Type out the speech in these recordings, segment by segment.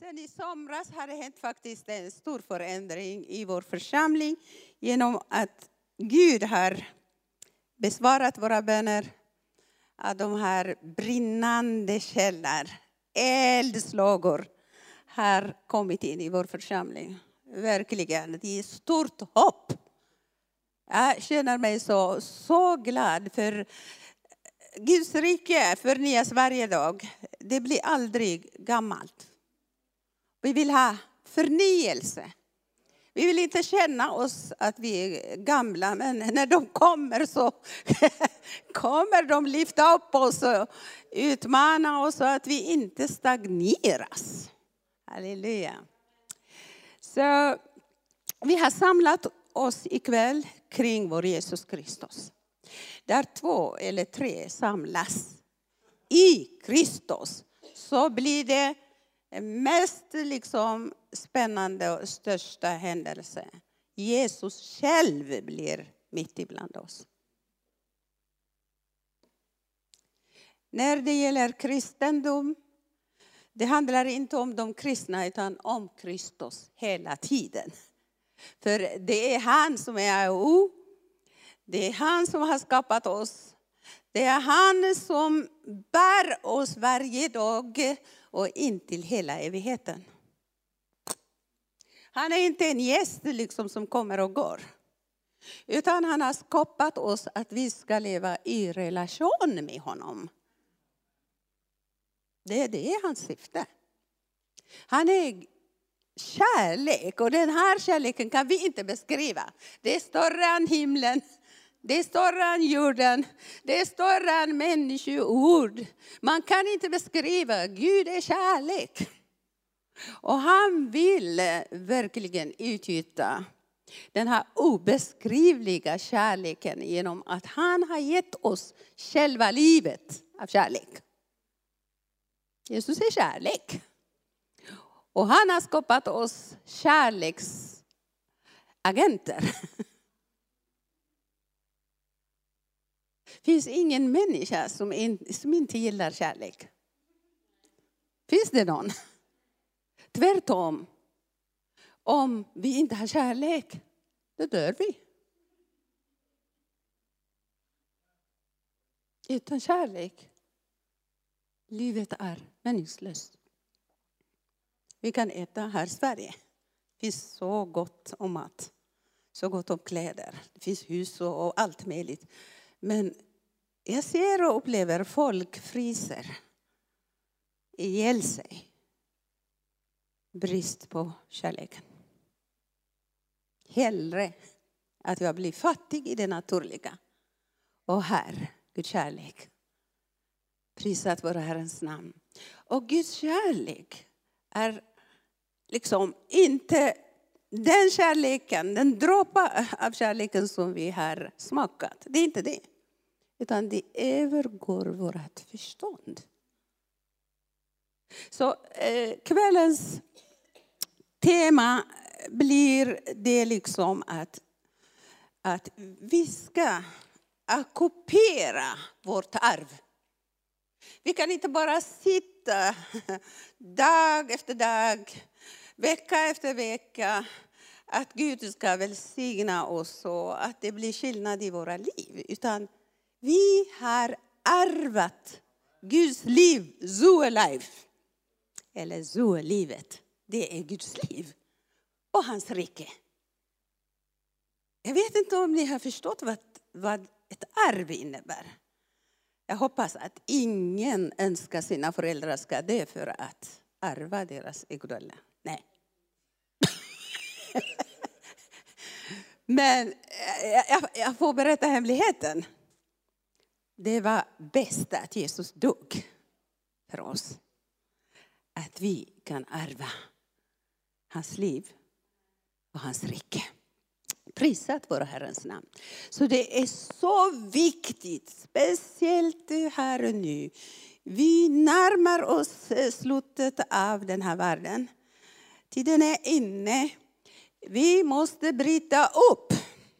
Sen i somras har det hänt faktiskt en stor förändring i vår församling genom att Gud har besvarat våra böner av de här brinnande källor, eldslågor har kommit in i vår församling. Verkligen, det är stort hopp. Jag känner mig så glad för Guds rike förnyas varje dag. Det blir aldrig gammalt. Vi vill ha förnyelse. Vi vill inte känna oss att vi är gamla, men när de kommer så kommer de lyfta upp oss och utmana oss så att vi inte stagneras. Halleluja. Så vi har samlat oss ikväll kring vår Jesus Kristus. Där 2 eller 3 samlas i Kristus så blir det mest spännande och största händelse. Jesus själv blir mitt ibland oss. När det gäller kristendom, det handlar inte om de kristna utan om Kristus hela tiden. För det är han som är O. Det är han som har skapat oss. Det är han som bär oss varje dag och in till hela evigheten. Han är inte en gäst som kommer och går. Utan han har skapat oss att vi ska leva i relation med honom. Det är hans syfte. Han är kärlek och den här kärleken kan vi inte beskriva. Det är större än himlen. Det är större än jorden. Det är större än människoord. Man kan inte beskriva. Gud är kärlek. Och han vill verkligen utgjuta den här obeskrivliga kärleken genom att han har gett oss själva livet av kärlek. Jesus är kärlek. Och han har skapat oss kärleksagenter. Det finns ingen människa som inte gillar kärlek. Finns det någon? Tvärtom. Om vi inte har kärlek, då dör vi. Utan kärlek, livet är meningslöst. Vi kan äta här i Sverige. Det finns så gott om mat. Så gott om kläder. Det finns hus och allt möjligt. Men jag ser och upplever folk fryser ihjäl sig. Brist på kärleken. Hellre att jag blir fattig i det naturliga. Och här, Guds kärlek. Prisat vår Herrens namn. Och Guds kärlek är inte den kärleken, den droppe av kärleken som vi har smakat. Det är inte det. Utan det övergår vårt förstånd. Så kvällens tema blir det att vi ska ockupera vårt arv. Vi kan inte bara sitta dag efter dag, vecka efter vecka. Att Gud ska välsigna oss och att det blir skillnad i våra liv. Utan vi har ärvat Guds liv, Zoe life. Eller Zoe-livet. Det är Guds liv. Och hans rike. Jag vet inte om ni har förstått vad ett arv innebär. Jag hoppas att ingen önskar sina föräldrar ska dö för att ärva deras egodolla. Nej. Men jag får berätta hemligheten. Det var bäst att Jesus dog för oss. Att vi kan ärva hans liv och hans rike. Prisat vår Herrens namn. Så det är så viktigt, speciellt här och nu. Vi närmar oss slutet av den här världen. Tiden är inne. Vi måste bryta upp.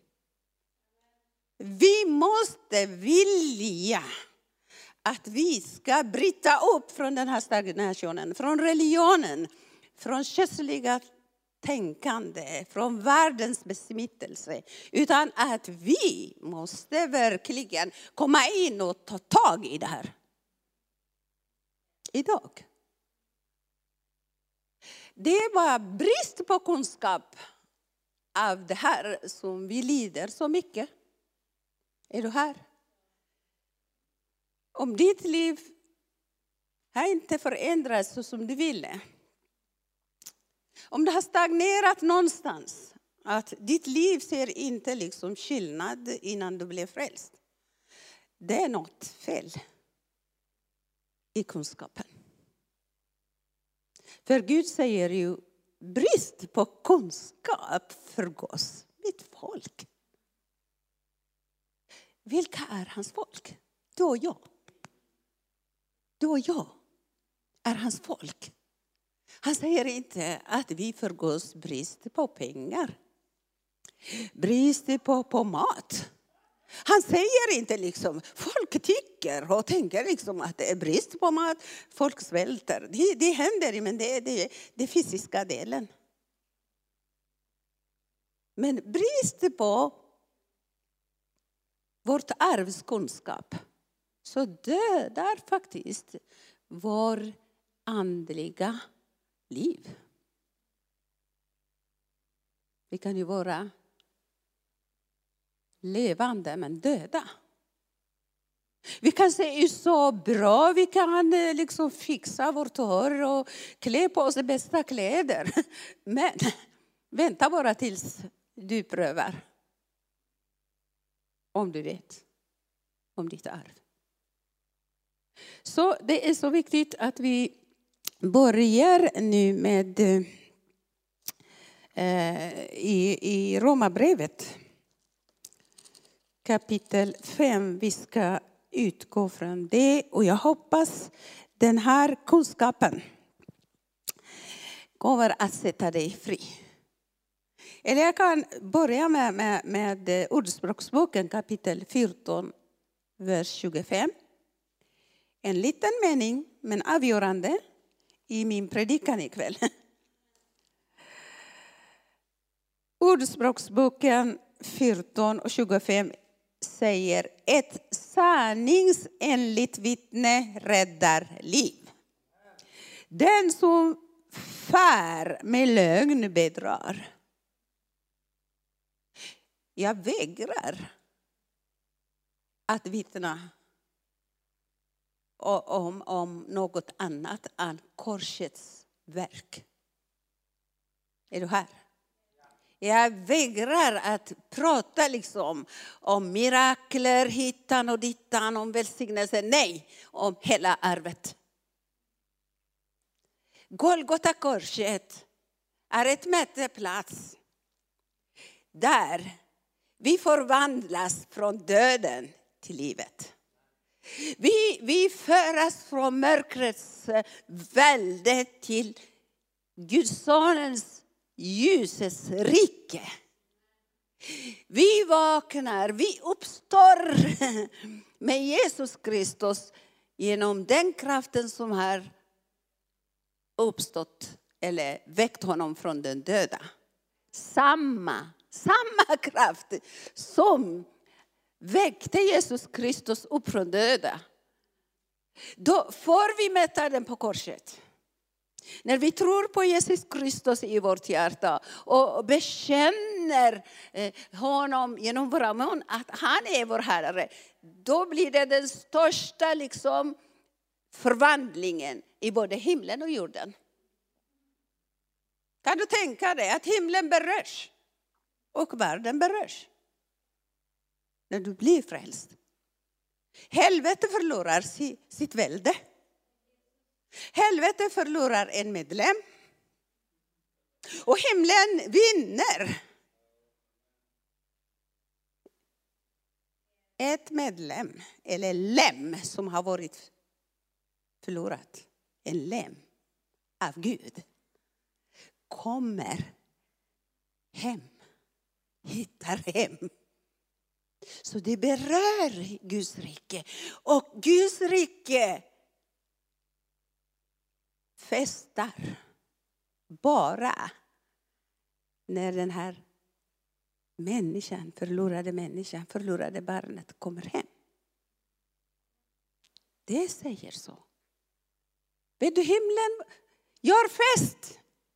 Vi måste vilja att vi ska bryta upp från den här stagnationen, från religionen, från kötsliga tänkande, från världens besmittelse. Utan att vi måste verkligen komma in och ta tag i det här. Idag. Det var brist på kunskap av det här som vi lider så mycket. Är du här? Om ditt liv har inte förändrats så som du ville. Om det har stagnerat någonstans. Att ditt liv ser inte liksom skillnad innan du blev frälst. Det är något fel i kunskapen. För Gud säger ju brist på kunskap förgås mitt folk. Vilka är hans folk? Du och jag. Du och jag är hans folk. Han säger inte att vi förgås brist på pengar. Brist på mat. Han säger inte liksom, folk tycker och tänker liksom att det är brist på mat. Folk svälter. Det händer, men det är den fysiska delen. Men brist på vårt arvskunskap så dödar faktiskt vår andliga liv. Vi kan ju vara levande men döda. Vi kan se så bra, vi kan liksom fixa vårt hår och klä på oss bästa kläder. Men vänta bara tills du prövar. Om du vet om ditt arv. Så det är så viktigt att vi börjar nu med i Romarbrevet kapitel 5. Vi ska utgå från det och jag hoppas den här kunskapen kommer att sätta dig fri. Eller jag kan börja med Ordspråksboken kapitel 14, vers 25. En liten mening, men avgörande i min predikan ikväll. Ordspråksboken 14 och 25 säger ett sanningsenligt vittne räddar liv. Den som fär med lögn bedrar. Jag vägrar att vittna om något annat än korsets verk. Är du här? Jag vägrar att prata liksom om mirakler, hittan och dittan, om välsignelse. Nej, om hela arvet. Golgota korset är ett möteplats där vi förvandlas från döden till livet. Vi föras från mörkrets välde till Guds sonens ljusets rike. Vi vaknar, vi uppstår med Jesus Kristus genom den kraften som har uppstått eller väckt honom från den döda. Samma kraft som väckte Jesus Kristus upp från döda. Då får vi mäta den på korset. När vi tror på Jesus Kristus i vårt hjärta och bekänner honom genom våra mun att han är vår Herre. Då blir det den största liksom förvandlingen i både himlen och jorden. Kan du tänka dig att himlen berörs och världen berörs? När du blir frälst. Helvete förlorar sitt välde. Helvete förlorar en medlem. Och himlen vinner. Ett medlem eller lem som har varit förlorat. En lem av Gud. Kommer hem. Hittar hem. Så det berör Guds rike. Och Guds rike festar bara när den här förlorade barnet kommer hem. Det säger så. Vet du, himlen gör fest.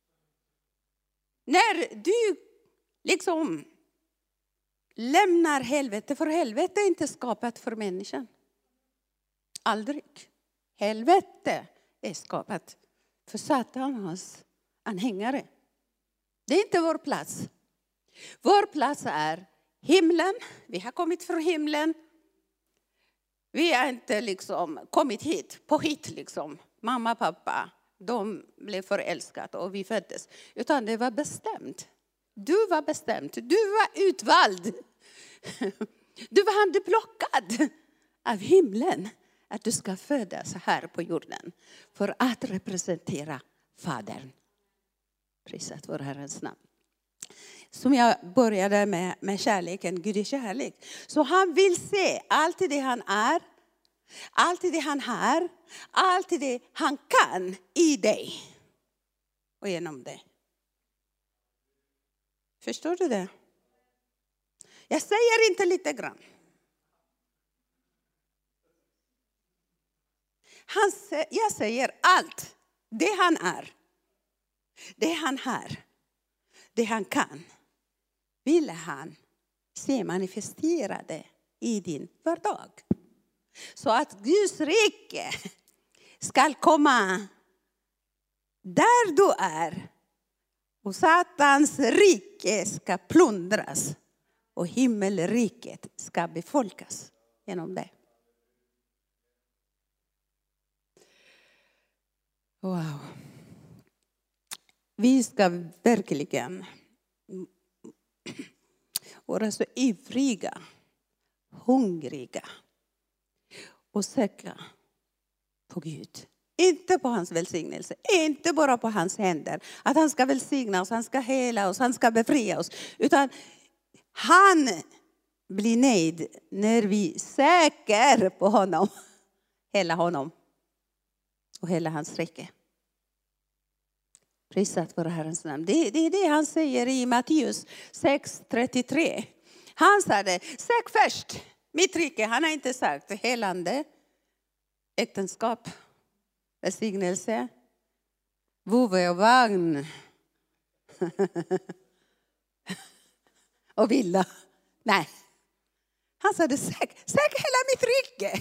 När du liksom lämnar helvetet. För helvetet är inte skapat för människan. Aldrig. Helvetet är skapat för Satan och hans anhängare. Det är inte vår plats. Vår plats är himlen. Vi har kommit från himlen. Vi har inte liksom kommit hit liksom. Mamma, pappa, de blev förälskade och vi föddes. Utan det var bestämt. Du var bestämd. Du var utvald. Du var handplockad av himlen. Att du ska födas här på jorden. För att representera Fadern. Prisat vår Herrens namn. Som jag började med kärleken. Gud är kärlek. Så han vill se allt det han är. Allt det han har. Allt det han kan i dig. Och genom dig. Förstår du det? Jag säger inte lite grann. Jag säger allt. Det han är. Det han har. Det han kan. Vill han se manifesterade i din vardag. Så att Guds rike ska komma där du är. Och Satans rike ska plundras. Och himmelriket ska befolkas genom det. Wow. Vi ska verkligen vara så ivriga, hungriga och söka på Gud. Inte på hans välsignelse, inte bara på hans händer. Att han ska välsigna oss, han ska hela oss, han ska befria oss. Utan han blir nöjd när vi söker på honom. Hela honom. Och hela hans rike. Prisat vår Herrens namn. Det är det han säger i Matteus 6:33. Han sa det. Sök först mitt rike. Han har inte sagt helande. Äktenskap. Välsignelse. Vovve och vagn. Och villa. Nej. Han sa det. Sök hela mitt rike.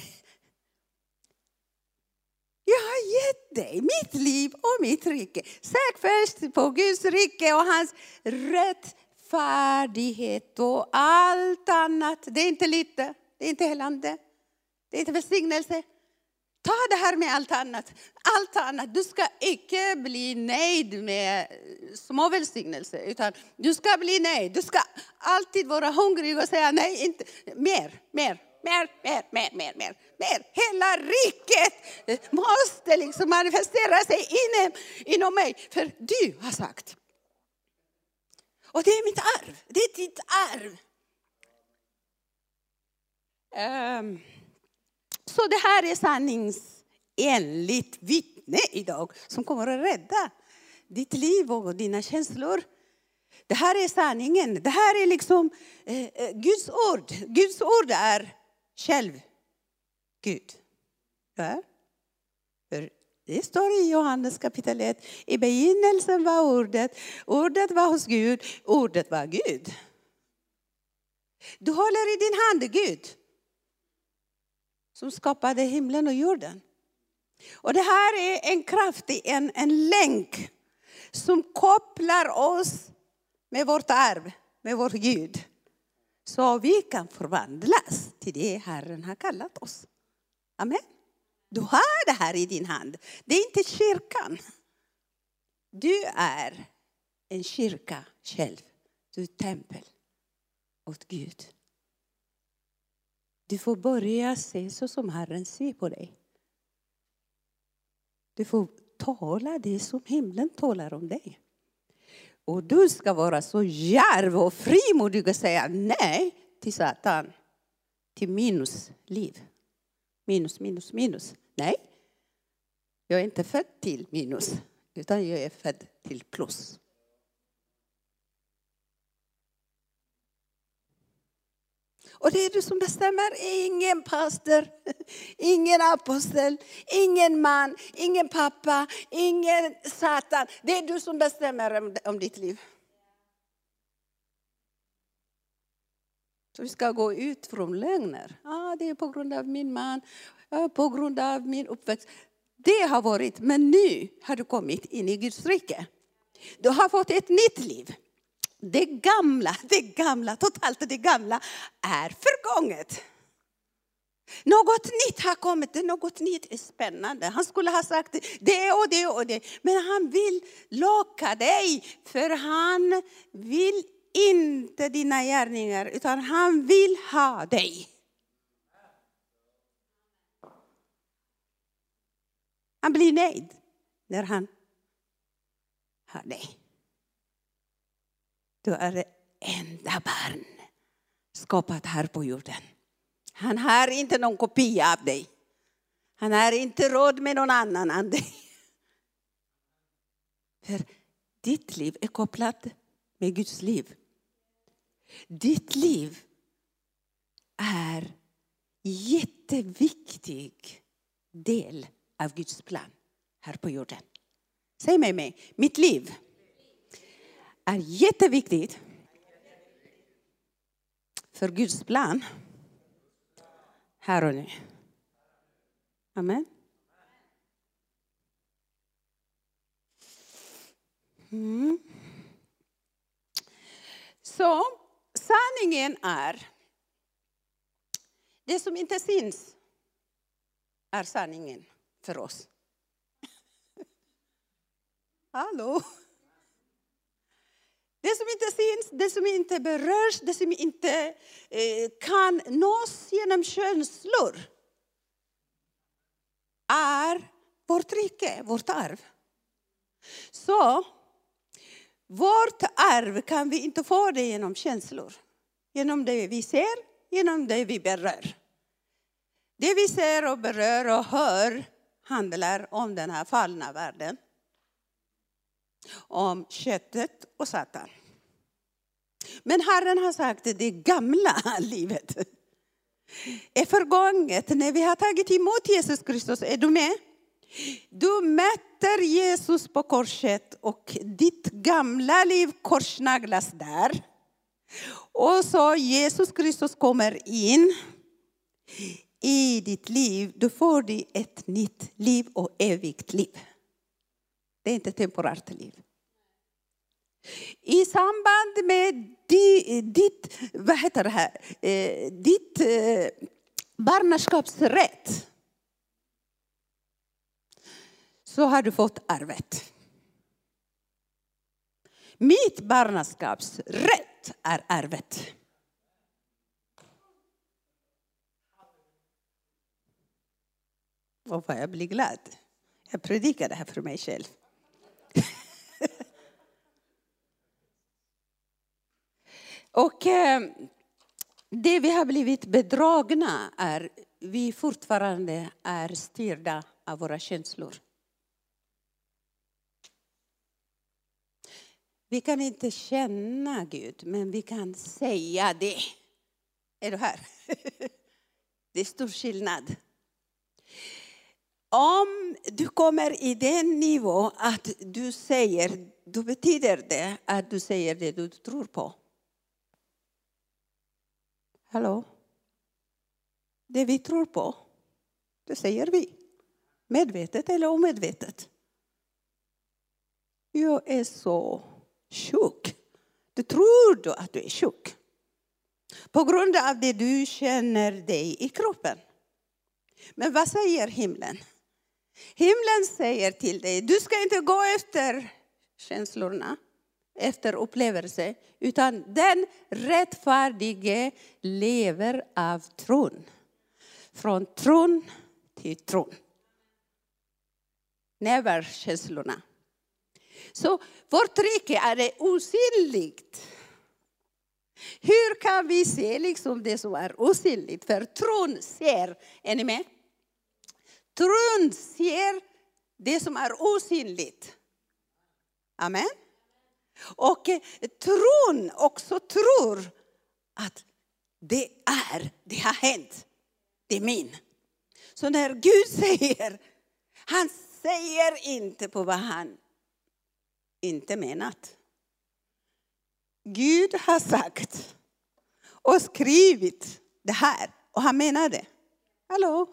Jag har gett dig mitt liv och mitt rike. Sök först på Guds rike och hans rättfärdighet och allt annat. Det är inte lite, det är inte helande, det är inte välsignelse. Ta det här med allt annat. Allt annat. Du ska inte bli nöjd med små välsignelser. Utan du ska bli nöjd. Du ska alltid vara hungrig och säga nej, inte mer. Hela riket måste liksom manifestera sig inom mig. För du har sagt. Och det är mitt arv. Det är ditt arv. Så det här är sanningsenligt vittne idag. Som kommer att rädda ditt liv och dina känslor. Det här är sanningen. Det här är liksom Guds ord. Guds ord är själv Gud. Ja? För det står i Johannes kapitel 1. I begynnelsen var ordet. Ordet var hos Gud. Ordet var Gud. Du håller i din hand Gud. Som skapade himlen och jorden. Och det här är en kraftig, en länk. Som kopplar oss med vårt arv. Med vår Gud. Så vi kan förvandlas till det Herren har kallat oss. Amen. Du har det här i din hand. Det är inte kyrkan. Du är en kyrka själv. Du är tempel åt Gud. Du får börja se så som Herren ser på dig. Du får tala det som himlen talar om dig. Och du ska vara så djärv och frimodig och säga nej till Satan. Till minusliv. Minus. Nej. Jag är inte född till minus. Utan jag är född till plus. Och det är du som bestämmer. Ingen pastor, ingen apostel, ingen man, ingen pappa, ingen satan. Det är du som bestämmer om ditt liv. Så vi ska gå ut från lögner. Det är på grund av min man, på grund av min uppväxt. Det har varit, men nu har du kommit in i Guds rike. Du har fått ett nytt liv. Det gamla, totalt det gamla är förgånget. Något nytt har kommit, något nytt är spännande. Han skulle ha sagt det och det och det. Men han vill locka dig, för han vill inte dina gärningar, utan han vill ha dig. Han blir nöjd när han har dig. Du är det enda barn skapat här på jorden. Han har inte någon kopia av dig. Han har inte råd med någon annan än dig. För ditt liv är kopplat med Guds liv. Ditt liv är jätteviktig del av Guds plan här på jorden. Säg mig, mitt liv är jätteviktigt för Guds plan här och nu. Amen. Så sanningen är, det som inte syns är sanningen för oss. Hallå? Det som inte syns, det som inte berörs, det som inte kan nås genom känslor är vårt rike, vårt arv. Så vårt arv kan vi inte få det genom känslor. Genom det vi ser, genom det vi berör. Det vi ser och berör och hör handlar om den här fallna världen. Om köttet och Satan. Men Herren har sagt att det gamla livet är förgånget. När vi har tagit emot Jesus Kristus, är du med? Du möter Jesus på korset och ditt gamla liv korsnaglas där. Och så Jesus Kristus kommer in i ditt liv. Du får dig ett nytt liv och evigt liv. Det är inte temporärt liv. I samband med ditt barnaskapsrätt så har du fått arvet. Mitt barnaskapsrätt är arvet. Och vad jag blir glad. Jag predikar det här för mig själv. Och det vi har blivit bedragna är vi fortfarande är styrda av våra känslor. Vi kan inte känna Gud, men vi kan säga det. Är du här? Det är stor skillnad. Om du kommer i den nivå att du säger, då betyder det att du säger det du tror på. Hallå? Det vi tror på, det säger vi. Medvetet eller omedvetet. Jag är så sjuk. Du tror då att du är sjuk. På grund av det du känner dig i kroppen. Men vad säger himlen? Himlen säger till dig, du ska inte gå efter känslorna, efter upplevelse, utan den rättfärdige lever av tron. Från tron till tron. Näver känslorna. Så vårt rike är det osynligt. Hur kan vi se liksom det som är osynligt? För tron ser, är ni med? Tron ser det som är osynligt. Amen. Och tron också tror att det har hänt. Det är min. Så när Gud säger, han säger inte på vad han inte menat. Gud har sagt och skrivit det här. Och han menar det. Hallå?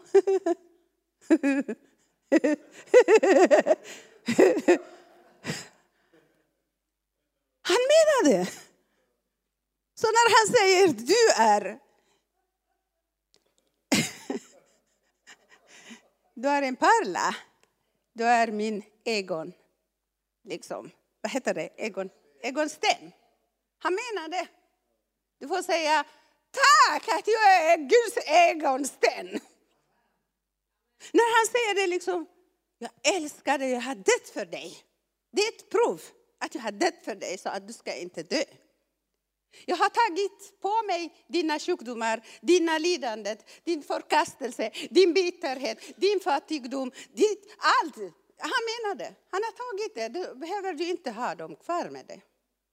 Han menar det. Så när han säger du är en pärla. Du är min Egon. Liksom. Vad heter det? Egonsten. Han menar det. Du får säga tack att jag är Guds Egonsten. När han säger det liksom. Jag älskar dig, jag har dött för dig. Det är ett prov att jag har dött för dig så att du ska inte dö. Jag har tagit på mig dina sjukdomar, dina lidandet, din förkastelse, din bitterhet, din fattigdom, allt. Han menar det. Han har tagit det. Du behöver du inte ha dem kvar med dig.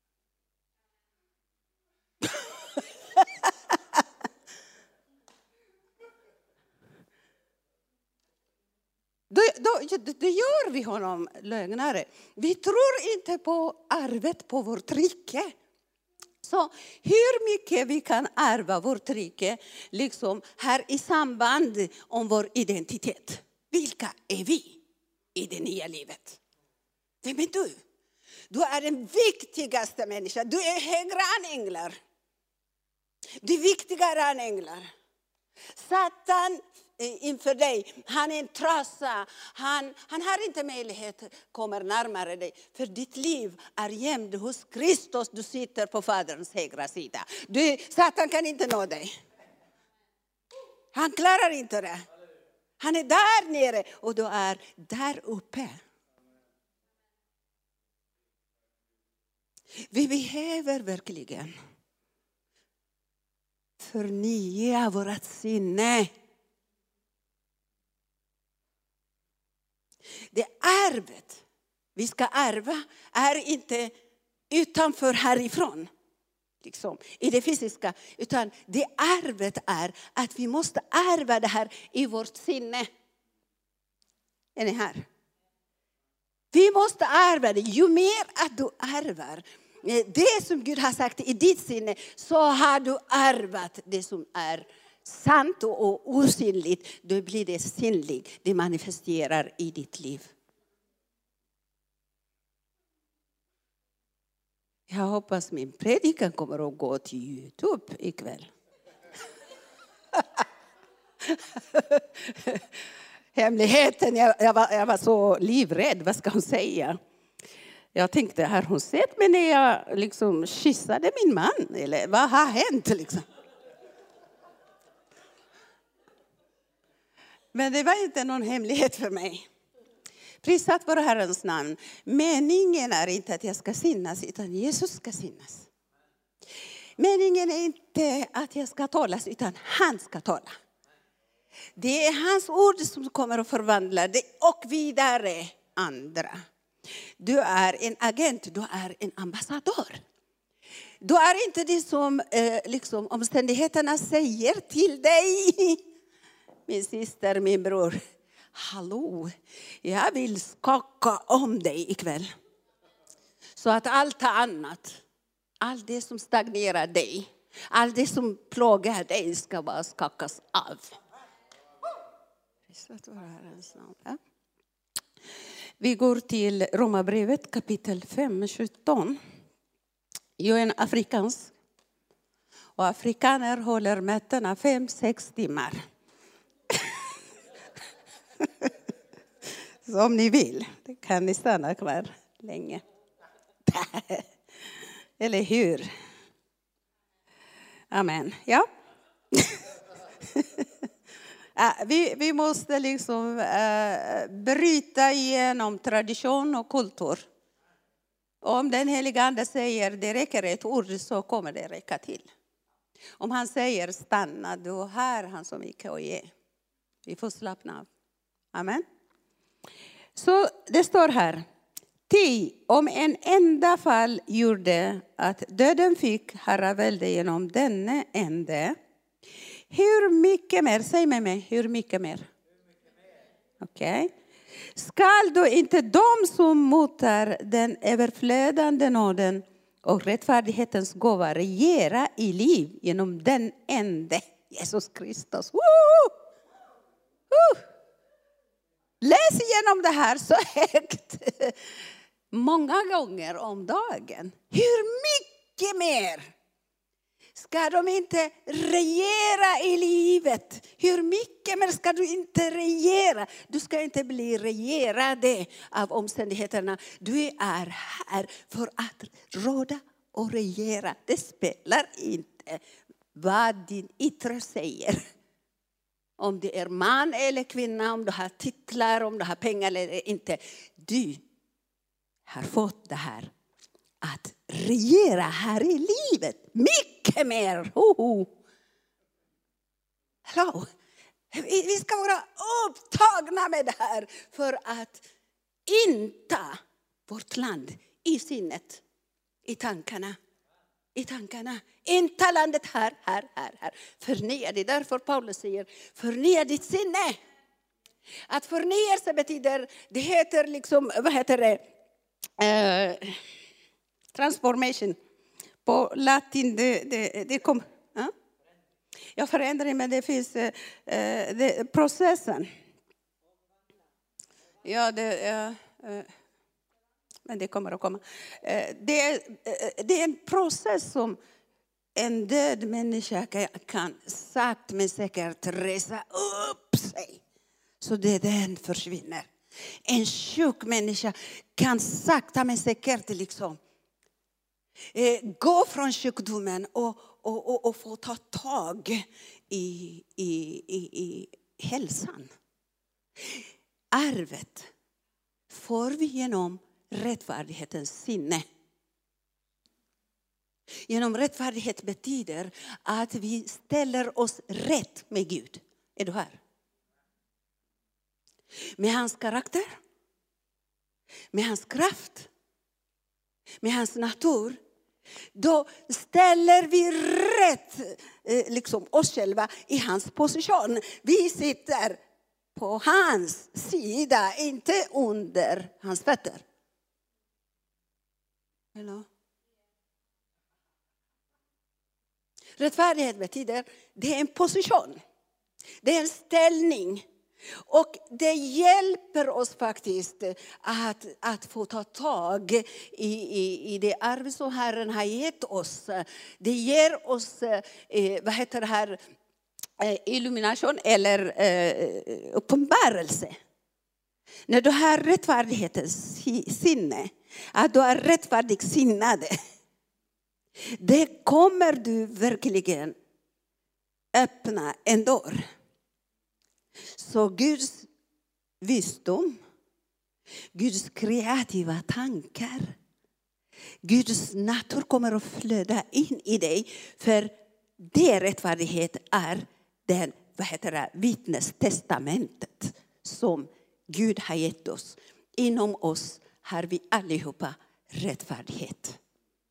Då gör vi honom lögnare. Vi tror inte på arvet på vårt rike. Så hur mycket vi kan ärva vårt rike liksom här i samband om vår identitet. Vilka är vi i det nya livet? Vem är du? Du är den viktigaste människan. Du är högre än änglar. Du är viktigare än änglar. Satan inför dig, han är en trasa. Han har inte möjlighet att komma närmare dig. För ditt liv är gömd hos Kristus. Du sitter på Faderns högra sida. Satan kan inte nå dig. Han klarar inte det. Han är där nere och du är där uppe. Vi behöver verkligen förnya vårt sinne. Det arvet vi ska ärva är inte utanför härifrån. Liksom, i det fysiska. Utan det arvet är att vi måste ärva det här i vårt sinne. Är ni här? Vi måste ärva det. Ju mer att du ärvar det som Gud har sagt i ditt sinne, så har du ärvat det som är sant och osynligt. Då blir det sinnligt. Det manifesterar i ditt liv. Jag hoppas min predikan kommer att gå till YouTube ikväll. Hemligheten, jag var så livrädd. Vad ska hon säga? Jag tänkte, har hon sett mig när jag liksom kyssade min man? Eller vad har hänt liksom? Men det var inte någon hemlighet för mig. Prisat vår Herrens namn. Meningen är inte att jag ska synas, utan Jesus ska synas. Meningen är inte att jag ska talas, utan han ska tala. Det är hans ord som kommer att förvandla det och vidare andra. Du är en agent, du är en ambassadör. Du är inte det som liksom, omständigheterna säger till dig. Min syster, min bror. Hallå, jag vill skaka om dig ikväll. Så att allt annat, allt det som stagnerar dig, allt det som plågar dig ska bara skakas av. Vi går till Romarbrevet kapitel 5:17. Jag är en afrikansk. Och afrikaner håller mötena 5-6 timmar. Så om ni vill, kan ni stanna kvar länge. Eller hur? Amen. Ja. Vi måste liksom bryta igenom tradition och kultur. Om den heliga ande säger det räcker ett ord, så kommer det räcka till. Om han säger stanna, då har han så mycket att ge. Vi får slappna av. Amen. Så det står här. Om en enda fall gjorde att döden fick herravälde genom denne ende, hur mycket mer, säg med mig, hur mycket mer? Okej. Skall då inte de som mottar den överflödande nåden och rättfärdighetens gåva regera i liv genom den ende, Jesus Kristus? Läs igenom det här så högt. Många gånger om dagen. Hur mycket mer ska de inte regera i livet? Hur mycket mer ska du inte regera? Du ska inte bli regerade av omständigheterna. Du är här för att råda och regera. Det spelar inte vad din yttre säger. Om det är man eller kvinna, om du har titlar, om du har pengar eller inte. Du har fått det här att regera här i livet. Mycket mer. Hallå. Vi ska vara upptagna med det här för att inta vårt land i sinnet, i tankarna. I tankarna. Inta landet här. Förnya det. Därför Paulus säger, förnya ditt sinne. Att förnyelse betyder, det heter liksom, vad heter det? Transformation. På latin, det kom. Jag förändrar, men det finns processen. Ja, men det kommer att komma. Det är en process som en död människa kan sakta men säkert resa upp sig. Så den försvinner. En sjuk människa kan sakta men säkert liksom gå från sjukdomen och få ta tag i hälsan. Arvet får vi genom rättfärdighetens sinne. Genom rättfärdighet betyder att vi ställer oss rätt med Gud. Är du här? Med hans karaktär. Med hans kraft. Med hans natur. Då ställer vi rätt liksom oss själva i hans position. Vi sitter på hans sida, inte under hans fötter. Hello? Rättfärdighet betyder, det är en position. Det är en ställning. Och det hjälper oss faktiskt att få ta tag i det arv som Herren har gett oss. Det ger oss, vad heter det här, illumination eller uppenbarelse. När du har rättfärdighetens sinne, att du är rättfärdig sinnade, det kommer du verkligen öppna en dörr. Så Guds visdom, Guds kreativa tankar, Guds natur kommer att flöda in i dig. För det rättfärdighet är den, vittnestestamentet som Gud har gett oss. Inom oss har vi allihopa rättfärdighet.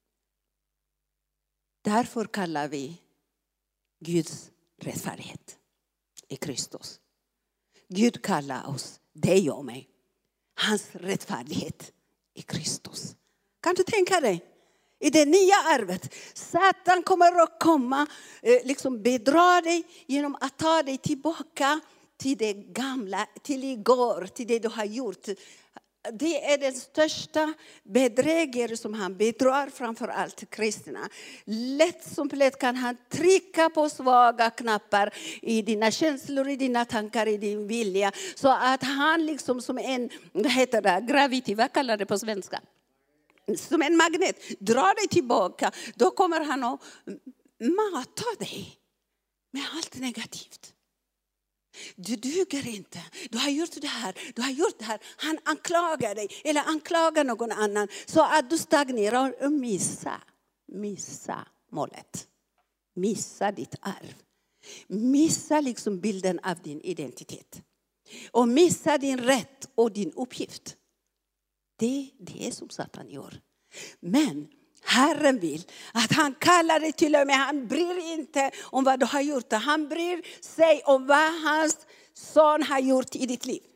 Därför kallar vi Guds rättfärdighet i Kristus. Gud kallar oss, dig och mig, hans rättfärdighet i Kristus. Kan du tänka dig? I det nya arvet, Satan kommer att komma, liksom bedra dig genom att ta dig tillbaka till det gamla, till igår, till det du har gjort. Det är den största bedrägare som han bedrar, framför allt kristna. Lätt som lätt kan han trycka på svaga knappar i dina känslor, i dina tankar, i din vilja. Så att han liksom som en, gravity, vad kallar det på svenska? Som en magnet, drar dig tillbaka. Då kommer han att mata dig med allt negativt. Du duger inte. Du har gjort det här. Du har gjort det här. Han anklagar dig. Eller anklagar någon annan. Så att du stagnerar och missa målet. Missa ditt arv. Missa liksom bilden av din identitet. Och missa din rätt och din uppgift. Det är som Satan gör. Men Herren vill att han kallar dig till och med. Han bryr inte om vad du har gjort. Han bryr sig om vad hans son har gjort i ditt liv.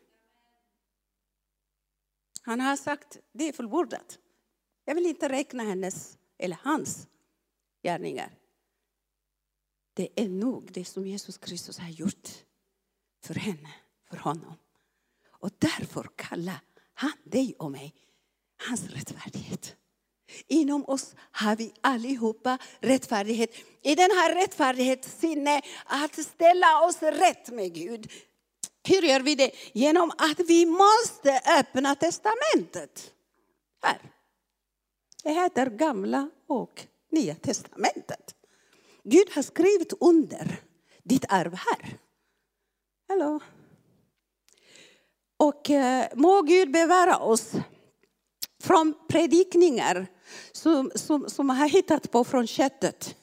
Han har sagt, det är fullbordat. Jag vill inte räkna hennes eller hans gärningar. Det är nog det som Jesus Kristus har gjort för henne, för honom. Och därför kallar han dig och mig hans rättfärdighet. Inom oss har vi allihopa rättfärdighet. I den här rättfärdighetssinne att ställa oss rätt med Gud. Hur gör vi det? Genom att vi måste öppna testamentet. Här. Det heter Gamla och Nya testamentet. Gud har skrivit under ditt arv här. Hallå. Och må Gud bevara oss från predikningar som har hittat på från köttet.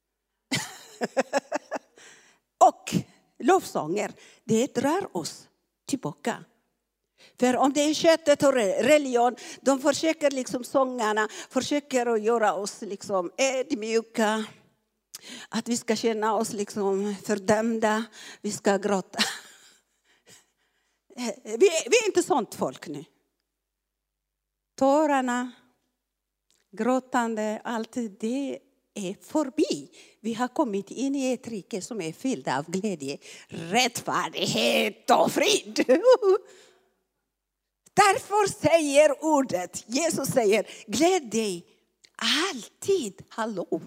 Och lovsånger, det drar oss tillbaka. För om det är köttet och religion, de försöker liksom sångarna, försöker att göra oss liksom ödmjuka. Att vi ska känna oss liksom fördömda, vi ska gråta. Vi är inte sånt folk nu. Tårarna, gråtande, allt det är förbi. Vi har kommit in i ett rike som är fyllt av glädje, rättfärdighet och frid. Därför säger ordet, Jesus säger, gläd dig alltid, hallå.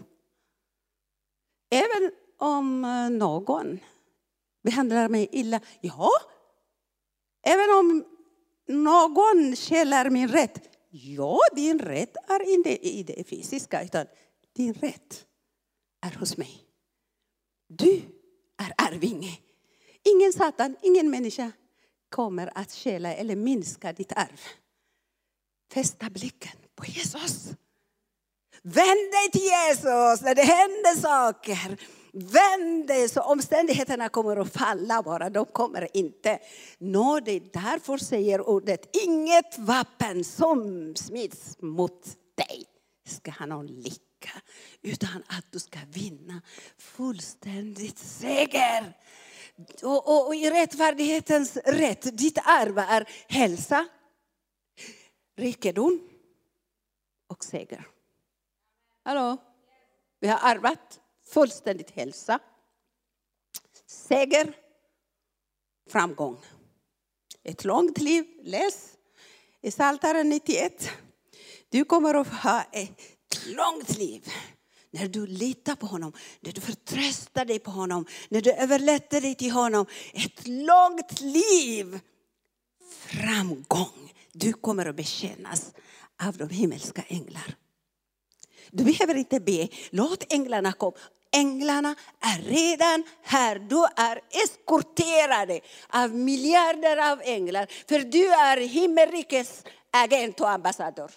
Även om någon behandlar mig illa, ja. Även om någon käller min rätt, ja, din rätt är inte i det fysiska, utan din rätt är hos mig. Du är arvinge. Ingen Satan, ingen människa kommer att källa eller minska ditt arv. Fästa blicken på Jesus. Vänd dig till Jesus när det händer saker. Vänd dig så omständigheterna kommer att falla bara. De kommer inte nå dig. Därför säger ordet, inget vapen som smids mot dig ska ha någon lycka. Utan att du ska vinna fullständigt seger. Och i rättfärdighetens rätt, ditt arv är hälsa, rikedom och seger. Hallå? Vi har arvat fullständigt hälsa, seger, framgång. Ett långt liv, läs i Psaltaren 91. Du kommer att ha ett långt liv. När du litar på honom, när du förtröstar dig på honom, när du överlätter dig till honom. Ett långt liv, framgång. Du kommer att betjänas av de himmelska änglar. Du behöver inte be, låt änglarna komma. Änglarna är redan här. Du är eskorterade av miljarder av änglar. För du är himmelrikets agent och ambassadör.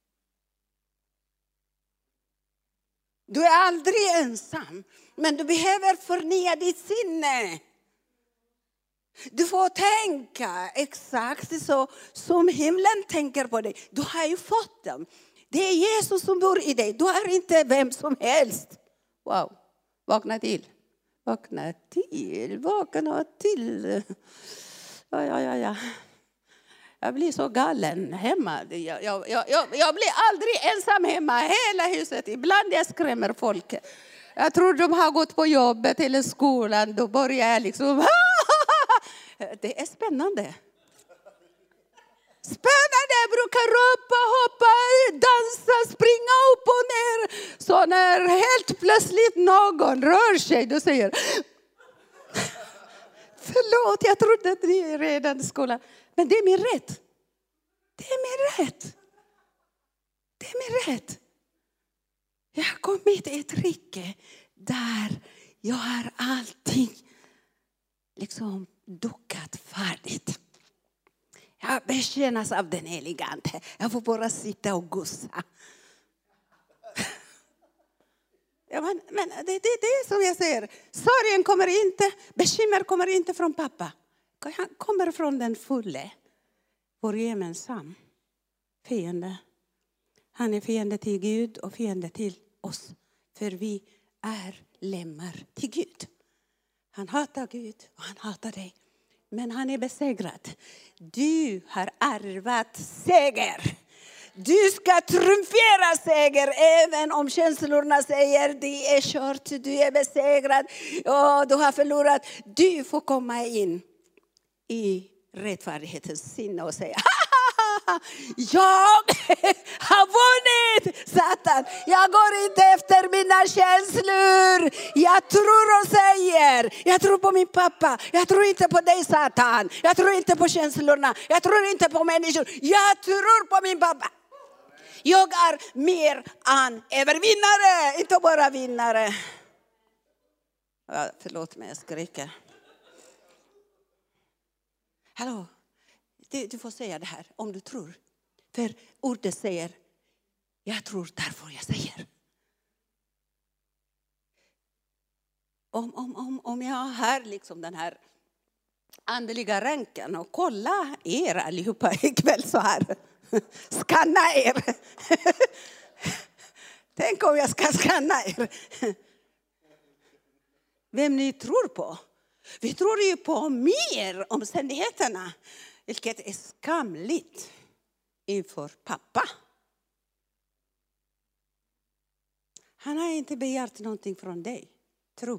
Du är aldrig ensam. Men du behöver förnya ditt sinne. Du får tänka exakt så som himlen tänker på dig. Du har ju fått dem. Det är Jesus som bor i dig. Du är inte vem som helst. Wow. Vakna till. Vakna till. Vakna till. Ja. Jag blir så galen hemma. Jag blir aldrig ensam hemma. Hela huset. Ibland jag skrämmer folk. Jag tror de har gått på jobbet eller skolan. Då börjar jag liksom. Det är spännande. Spännande. Jag brukar ropa, hoppa, dansa, springa upp och ner. Så när helt plötsligt någon rör sig, då säger förlåt, jag trodde att ni är redan i skolan. Men det är min rätt. Det är min rätt. Det är min rätt. Jag har kommit till ett rike där jag har allting liksom dukat färdigt. Jag betjänas av den elegante. Jag får bara sitta och gussa. Ja, men det är som jag säger. Sorgen kommer inte, bekymmer kommer inte från pappa. Han kommer från den fulle. Vår gemensam fiende. Han är fiende till Gud och fiende till oss. För vi är lemmar till Gud. Han hatar Gud och han hatar dig. Men han är besegrad. Du har ärvat seger. Du ska triumfera seger även om känslorna säger det är kört, du är besegrad och du har förlorat. Du får komma in i rättfärdighetens sinne och säga jag har vunnit Satan. Jag går inte efter mina känslor. Jag tror och säger. Jag tror på min pappa. Jag tror inte på dig Satan. Jag tror inte på känslorna. Jag tror inte på människor. Jag tror på min pappa. Jag är mer än övervinnare. Inte bara vinnare. Ja, förlåt mig, jag skriker. Hallå. Du får säga det här om du tror. För ordet säger, jag tror därför jag säger. Om jag har liksom den här andliga ranken och kolla er allihopa ikväll så här. Skanna er. Tänk om jag ska skanna er. Vem ni tror på. Vi tror ju på mer omständigheterna. Vilket är skamligt inför pappa. Han har inte begärt någonting från dig. Tro.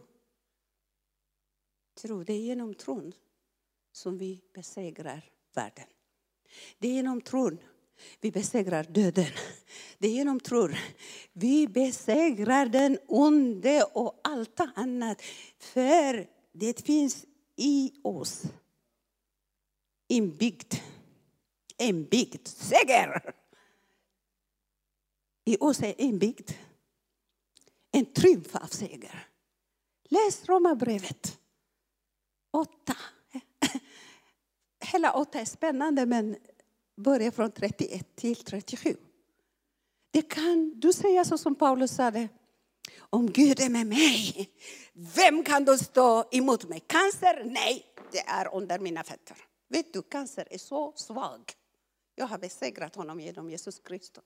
Det är genom tron som vi besegrar världen. Det är genom tron vi besegrar döden. Det är genom tron vi besegrar den onde och allt annat. För det finns i oss. Inbyggd seger. I oss är inbyggd en triumf av seger. Läs Romarbrevet 8. Hela 8 är spännande men börjar från 31 till 37. Det kan du säga så som Paulus sa det. Om Gud är med mig, vem kan då stå emot mig? Cancer? Nej, det är under mina fötter. Vet du, cancer är så svag. Jag har besegrat honom genom Jesus Kristus.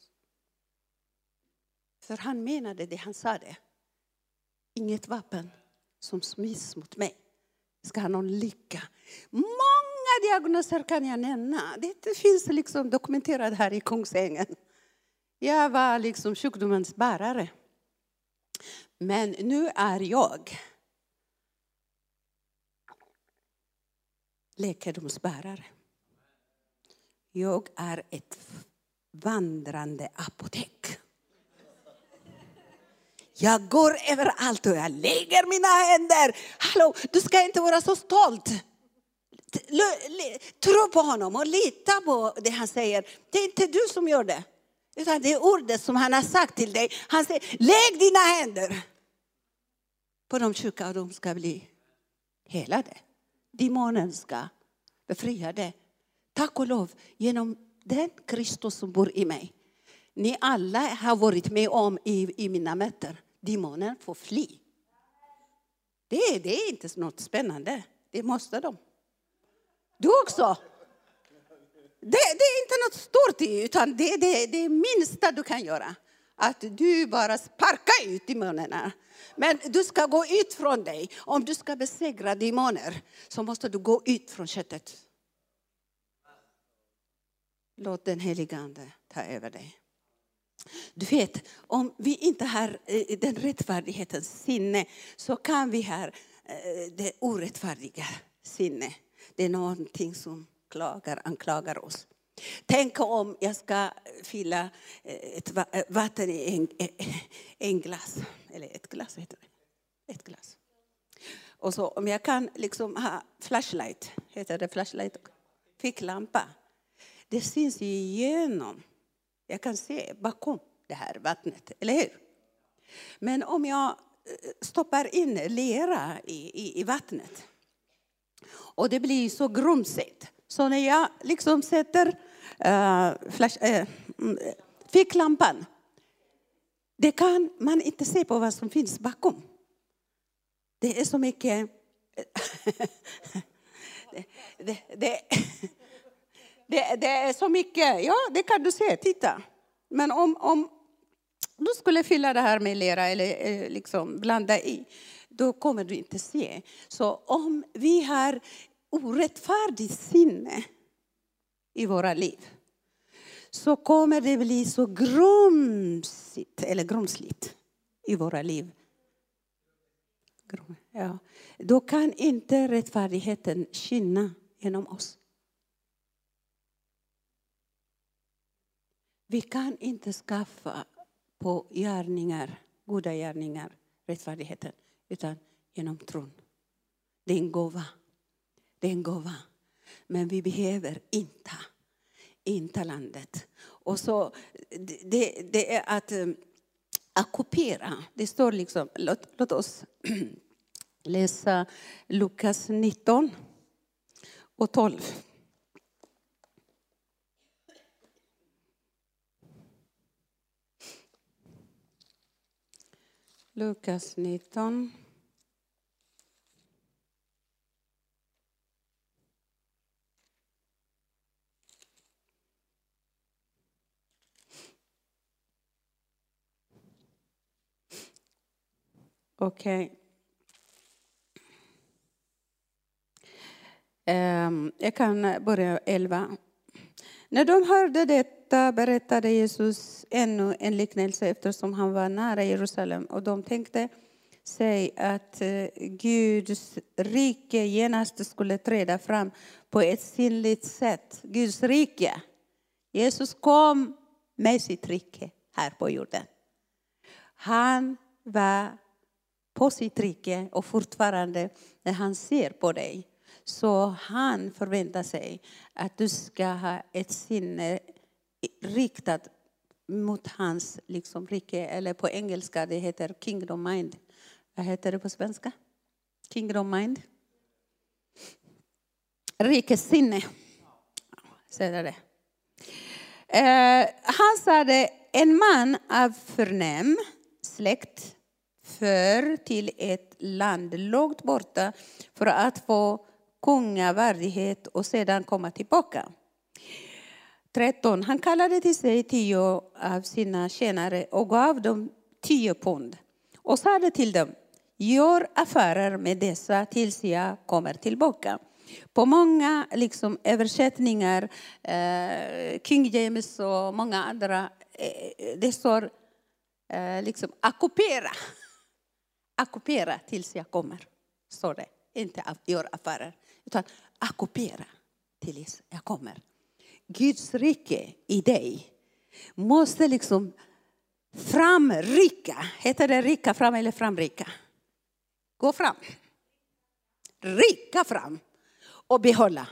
För han menade det han sa det. Inget vapen som smids mot mig ska ha någon lycka. Många diagnoser kan jag nämna. Det finns liksom dokumenterat här i Kungsängen. Jag var liksom sjukdomens bärare. Men nu är jag läkedomsbärare. Jag är ett vandrande apotek. Jag går överallt och jag lägger mina händer. Hallå, du ska inte vara så stolt. Tro på honom och lita på det han säger. Det är inte du som gör det. Utan det är ordet som han har sagt till dig. Han säger, lägg dina händer på de sjuka och de ska bli helade. Demonen ska befria det. Tack och lov genom den Kristus som bor i mig. Ni alla har varit med om i mina möten. Demonen får fly. Det är inte något spännande. Det måste de. Du också. Det är inte något stort utan det är det minsta du kan göra. Att du bara sparkar ut demonerna. Men du ska gå ut från dig. Om du ska besegra demoner så måste du gå ut från köttet. Låt den helige ande ta över dig. Du vet, om vi inte har den rättfärdighetens sinne så kan vi ha det orättfärdiga sinne. Det är någonting som anklagar oss. Tänk om jag ska fylla ett vatten i en glas. Eller ett glas heter det. Ett glas. Och så om jag kan liksom ha flashlight. Heter det flashlight? Ficklampa. Det syns igenom. Jag kan se bakom det här vattnet. Eller hur? Men om jag stoppar in lera i vattnet. Och det blir så grumsigt. Så när jag liksom sätter ficklampan. Det kan man inte se på vad som finns bakom. Det är så mycket. Det är så mycket. Ja, det kan du se. Titta. Men om du skulle fylla det här med lera eller liksom blanda i, då kommer du inte se. Så om vi har orättfärdigt sinne i våra liv, så kommer det bli så grumsligt i våra liv. Ja. Då kan inte rättfärdigheten skina genom oss. Vi kan inte skaffa på gärningar, goda gärningar, rättfärdigheten, utan genom tron. Det är en gåva. Det är en gåva. Men vi behöver inte landet. Och så det är att ockupera. Det står liksom, låt oss läsa Lukas 19 och 12. Lukas 19. Okej. Jag kan börja 11. När de hörde detta berättade Jesus ännu en liknelse eftersom han var nära Jerusalem. Och de tänkte sig att Guds rike genast skulle träda fram på ett sinnligt sätt. Guds rike. Jesus kom med sitt rike här på jorden. Han var på sitt rike och fortfarande när han ser på dig, så han förväntar sig att du ska ha ett sinne riktat mot hans liksom rike. Eller på engelska det heter kingdom mind. Vad heter det på svenska? Kingdom mind. Rikets sinne. Säger det. Han sa det, en man av förnäm släkt för till ett land långt borta för att få kungavärdighet och sedan komma tillbaka. 13. Han kallade till sig 10 av sina tjänare och gav dem 10 pund. Och sade till dem, gör affärer med dessa tills jag kommer tillbaka. På många liksom, översättningar, King James och många andra, det står liksom ockupera. Ockupera tills jag kommer, står det. Inte gör affärer, utan ockupera tills jag kommer. Guds rike i dig måste liksom framrycka. Heter det rycka fram eller framrycka? Gå fram. Rycka fram och behålla.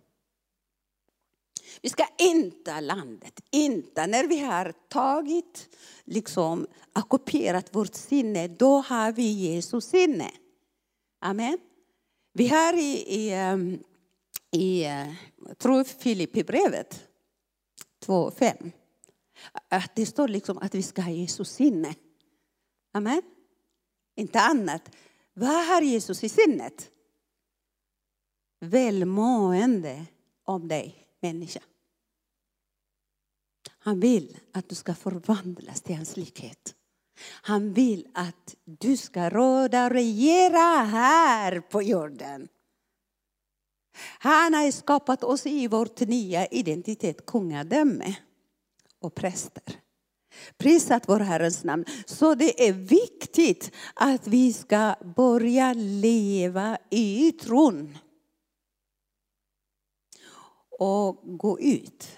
Vi ska inte landet, inte när vi har tagit, liksom ockuperat vårt sinne, då har vi Jesus sinne. Amen. Vi har i tror Filippibrevet 2:5 att det står liksom att vi ska ha Jesus sinne. Amen. Inte annat. Vad har Jesus i sinnet? Välmående om dig, människa. Han vill att du ska förvandlas till hans likhet. Han vill att du ska råda och regera här på jorden. Han har skapat oss i vårt nya identitet, kungadöme och präster. Prisat vår Herrens namn. Så det är viktigt att vi ska börja leva i tron. Och gå ut.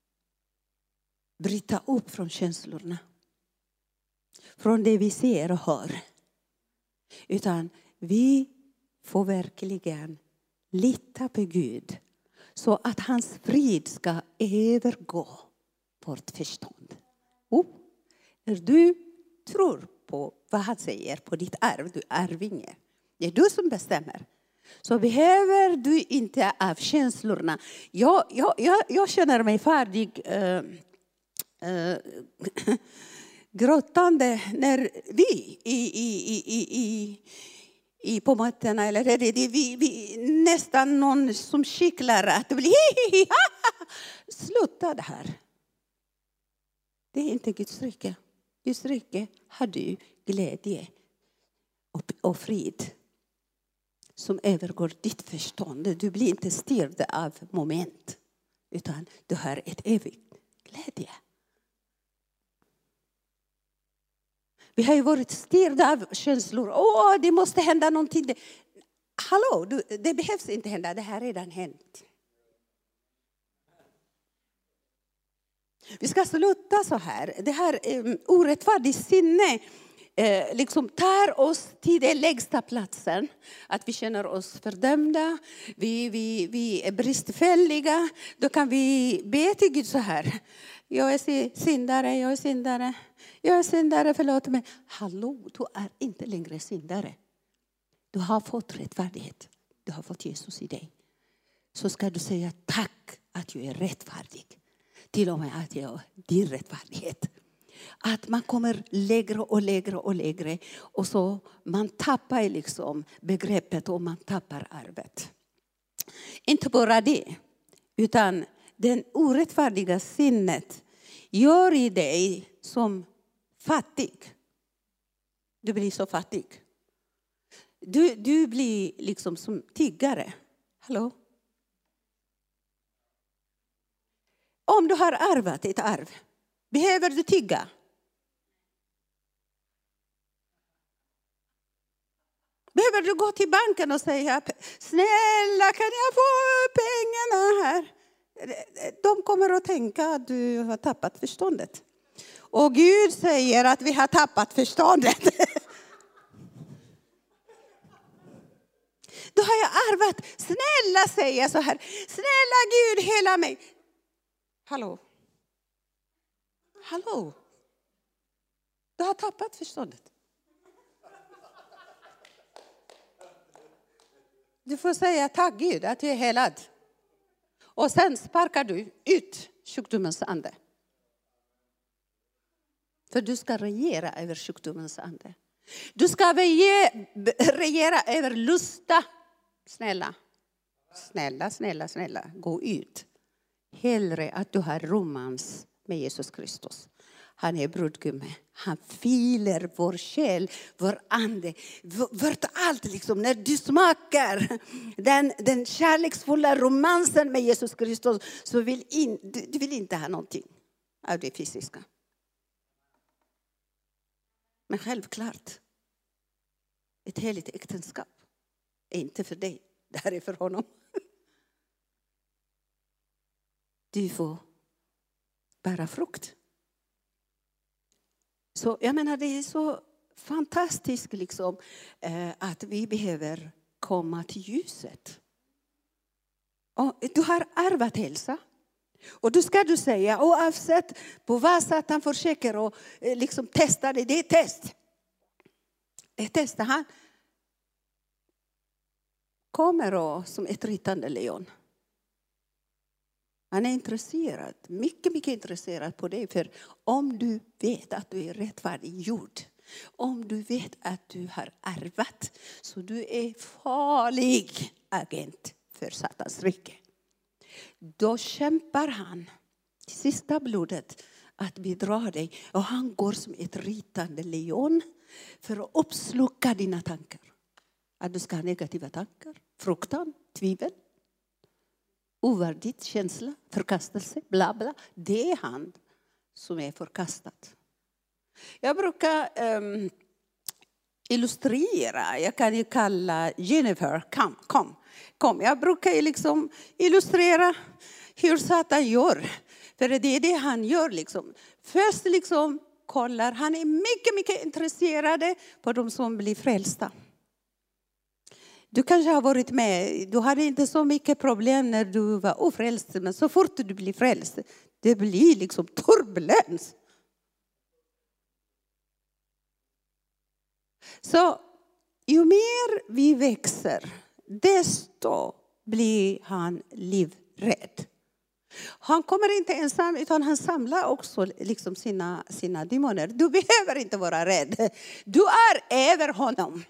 Bryta upp från känslorna. Från det vi ser och hör. Utan vi får verkligen lita på Gud. Så att hans frid ska övergå vårt förstånd. När du tror på vad han säger, på ditt arv, du är arvinge. Det är du som bestämmer. Så behöver du inte av känslorna. Jag känner mig färdig gråtande när vi på mötena eller vi nästan någon som kicklar att det blir Sluta det här. Det är inte Guds rike. Guds rike har du glädje och frid som övergår ditt förstånd. Du blir inte styrd av moment, utan du har ett evigt glädje. Vi har ju varit styrda av känslor. Det måste hända någonting. Hallå, det behövs inte hända. Det här redan hänt. Vi ska sluta så här. Det här orättfärdigt sinne liksom tar oss till den lägsta platsen. Att vi känner oss fördömda. Vi är bristfälliga. Då kan vi be till Gud så här. Jag är syndare, förlåt mig. Hallå, du är inte längre syndare. Du har fått rättfärdighet. Du har fått Jesus i dig. Så ska du säga tack att jag är rättfärdig. Till och med att jag är din rättfärdighet. Att man kommer lägre och lägre och lägre. Och så man tappar liksom begreppet och man tappar arvet. Inte bara det. Utan den orättfärdiga sinnet gör i dig som fattig. Du blir så fattig. Du blir liksom som tiggare. Hallå? Om du har arvat ett arv, behöver du tigga? Behöver du gå till banken och säga, snälla kan jag få pengarna här? De kommer att tänka att du har tappat förståndet. Och Gud säger att vi har tappat förståndet. Då har jag arvat. Snälla säger så här. Snälla Gud hela mig. Hallå. Du har tappat förståndet. Du får säga tack Gud att jag är helad. Och sen sparkar du ut sjukdomens ande. För du ska regera över sjukdomens ande. Du ska regera över lusta. Snälla. Gå ut. Hellre att du har romans med Jesus Kristus. Han är brudgummen. Han fyller vår själ, vår ande, vårt allt liksom. När du smakar den kärleksfulla romansen med Jesus Kristus så du vill inte ha någonting av det fysiska. Men självklart, ett heligt äktenskap är inte för dig. Det här är för honom. Du får bära frukt. Så jag menar det är så fantastiskt liksom, att vi behöver komma till ljuset. Och du har arvat hälsa. Och då ska du säga, oavsett på vad Satan försöker och liksom testa det. Det är test. Det är test. Han kommer och, som ett rytande lejon. Han är intresserad, mycket intresserad på det. För om du vet att du är rättfärdiggjord, om du vet att du har arvat, så du är farlig agent för Satans rike. Då kämpar han till sista blodet att bedra dig. Och han går som ett rytande lejon för att uppsluka dina tankar. Att du ska ha negativa tankar, fruktan, tvivel. Ovärdigt känsla, förkastelse, bla bla. Det är han som är förkastad. Jag brukar illustrera. Jag kan ju kalla Jennifer, kom. Jag brukar ju liksom illustrera hur Satan gör. För det är det han gör liksom. Först liksom kollar, han är mycket intresserad på de som blir frälsta. Du kanske har varit med, du hade inte så mycket problem när du var ofrälst. Men så fort du blir frälst, det blir liksom turbulens. Så ju mer vi växer, desto blir han livrädd. Han kommer inte ensam utan han samlar också liksom sina demoner. Du behöver inte vara rädd. Du är över honom.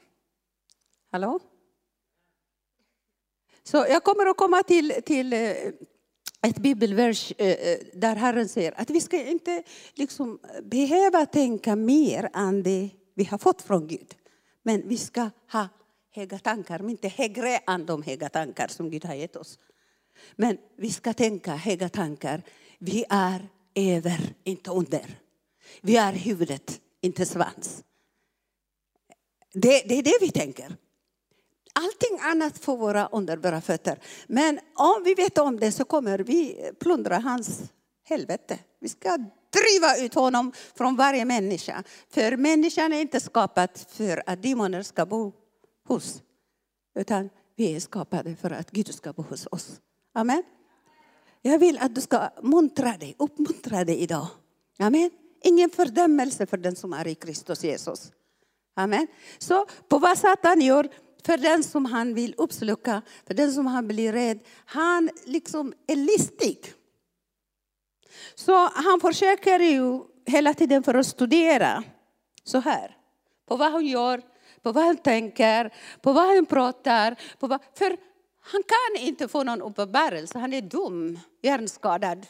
Hallå? Så jag kommer att komma till ett bibelvers där Herren säger att vi ska inte liksom behöva tänka mer än det vi har fått från Gud. Men vi ska ha höga tankar, men inte högre än de höga tankar som Gud har gett oss. Men vi ska tänka höga tankar. Vi är över, inte under. Vi är huvudet, inte svans. Det är det vi tänker. Allting annat får vara under våra fötter. Men om vi vet om det så kommer vi plundra hans helvete. Vi ska driva ut honom från varje människa. För människan är inte skapad för att demoner ska bo hos. Utan vi är skapade för att Gud ska bo hos oss. Amen. Jag vill att du ska uppmuntra dig idag. Amen. Ingen fördömelse för den som är i Kristus Jesus. Amen. Så på vad Satan gör, för den som han vill uppsluka, för den som han blir rädd, han liksom är listig. Så han försöker ju hela tiden för att studera så här. På vad han gör, på vad han tänker, på vad han pratar. För han kan inte få någon uppenbarelse, han är dum, hjärnskadad.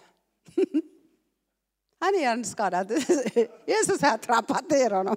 Han är hjärnskadad. Jesus har trappat ner honom.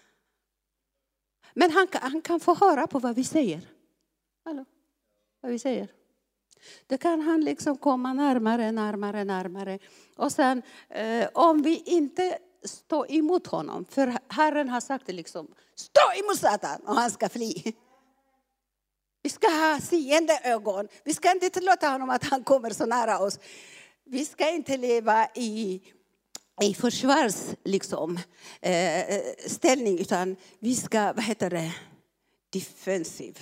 Men han kan få höra på vad vi säger. Hallå? Vad vi säger. Då kan han liksom komma närmare. Och sen om vi inte står emot honom. För Herren har sagt det liksom. Stå emot Satan och han ska fly. Vi ska ha seende ögon. Vi ska inte tillåta honom att han kommer så nära oss. Vi ska inte leva i försvars liksom, ställning, utan vi ska, defensiv.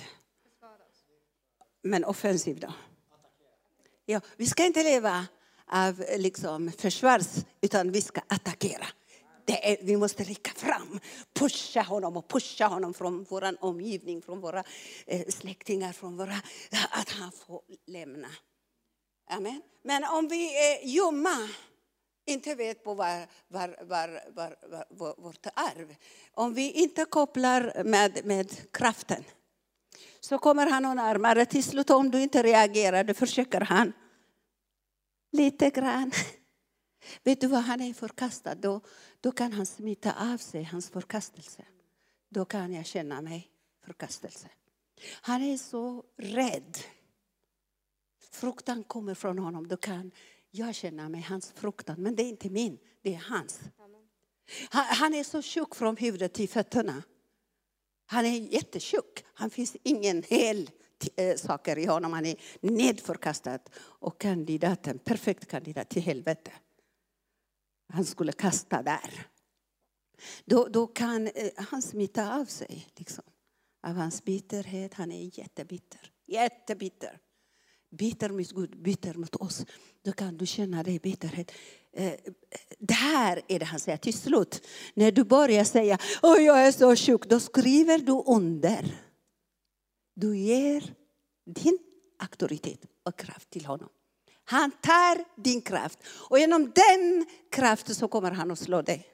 Men offensiv då. Ja, vi ska inte leva av liksom, försvars, utan vi ska attackera. Vi måste rycka fram, pusha honom från vår omgivning, från våra släktingar, att han får lämna. Amen. Men om vi är ljumma, inte vet på vårt arv. Om vi inte kopplar med kraften, så kommer han närmare. Till slut om du inte reagerar, då försöker han lite grann. Vet du vad, han är förkastad. Då kan han smitta av sig hans förkastelse. Då kan jag känna mig förkastelse. Han är så rädd. Fruktan kommer från honom. Då kan jag känner mig hans fruktan. Men det är inte min, det är hans. Han är så tjock från huvudet till fötterna. Han är jättetjock. Han finns ingen hel saker i honom. Han är nedförkastad. Och perfekt kandidat till helvete. Han skulle kasta där. Då kan han smitta av sig. Liksom. Av hans bitterhet. Han är jättebitter. Jättebitter. Bitter mot Gud, bitter mot oss. Då kan du känna dig bitterhet. Det här är det han säger till slut. När du börjar säga, jag är så sjuk. Då skriver du under. Du ger din auktoritet och kraft till honom. Han tar din kraft. Och genom den kraften så kommer han att slå dig.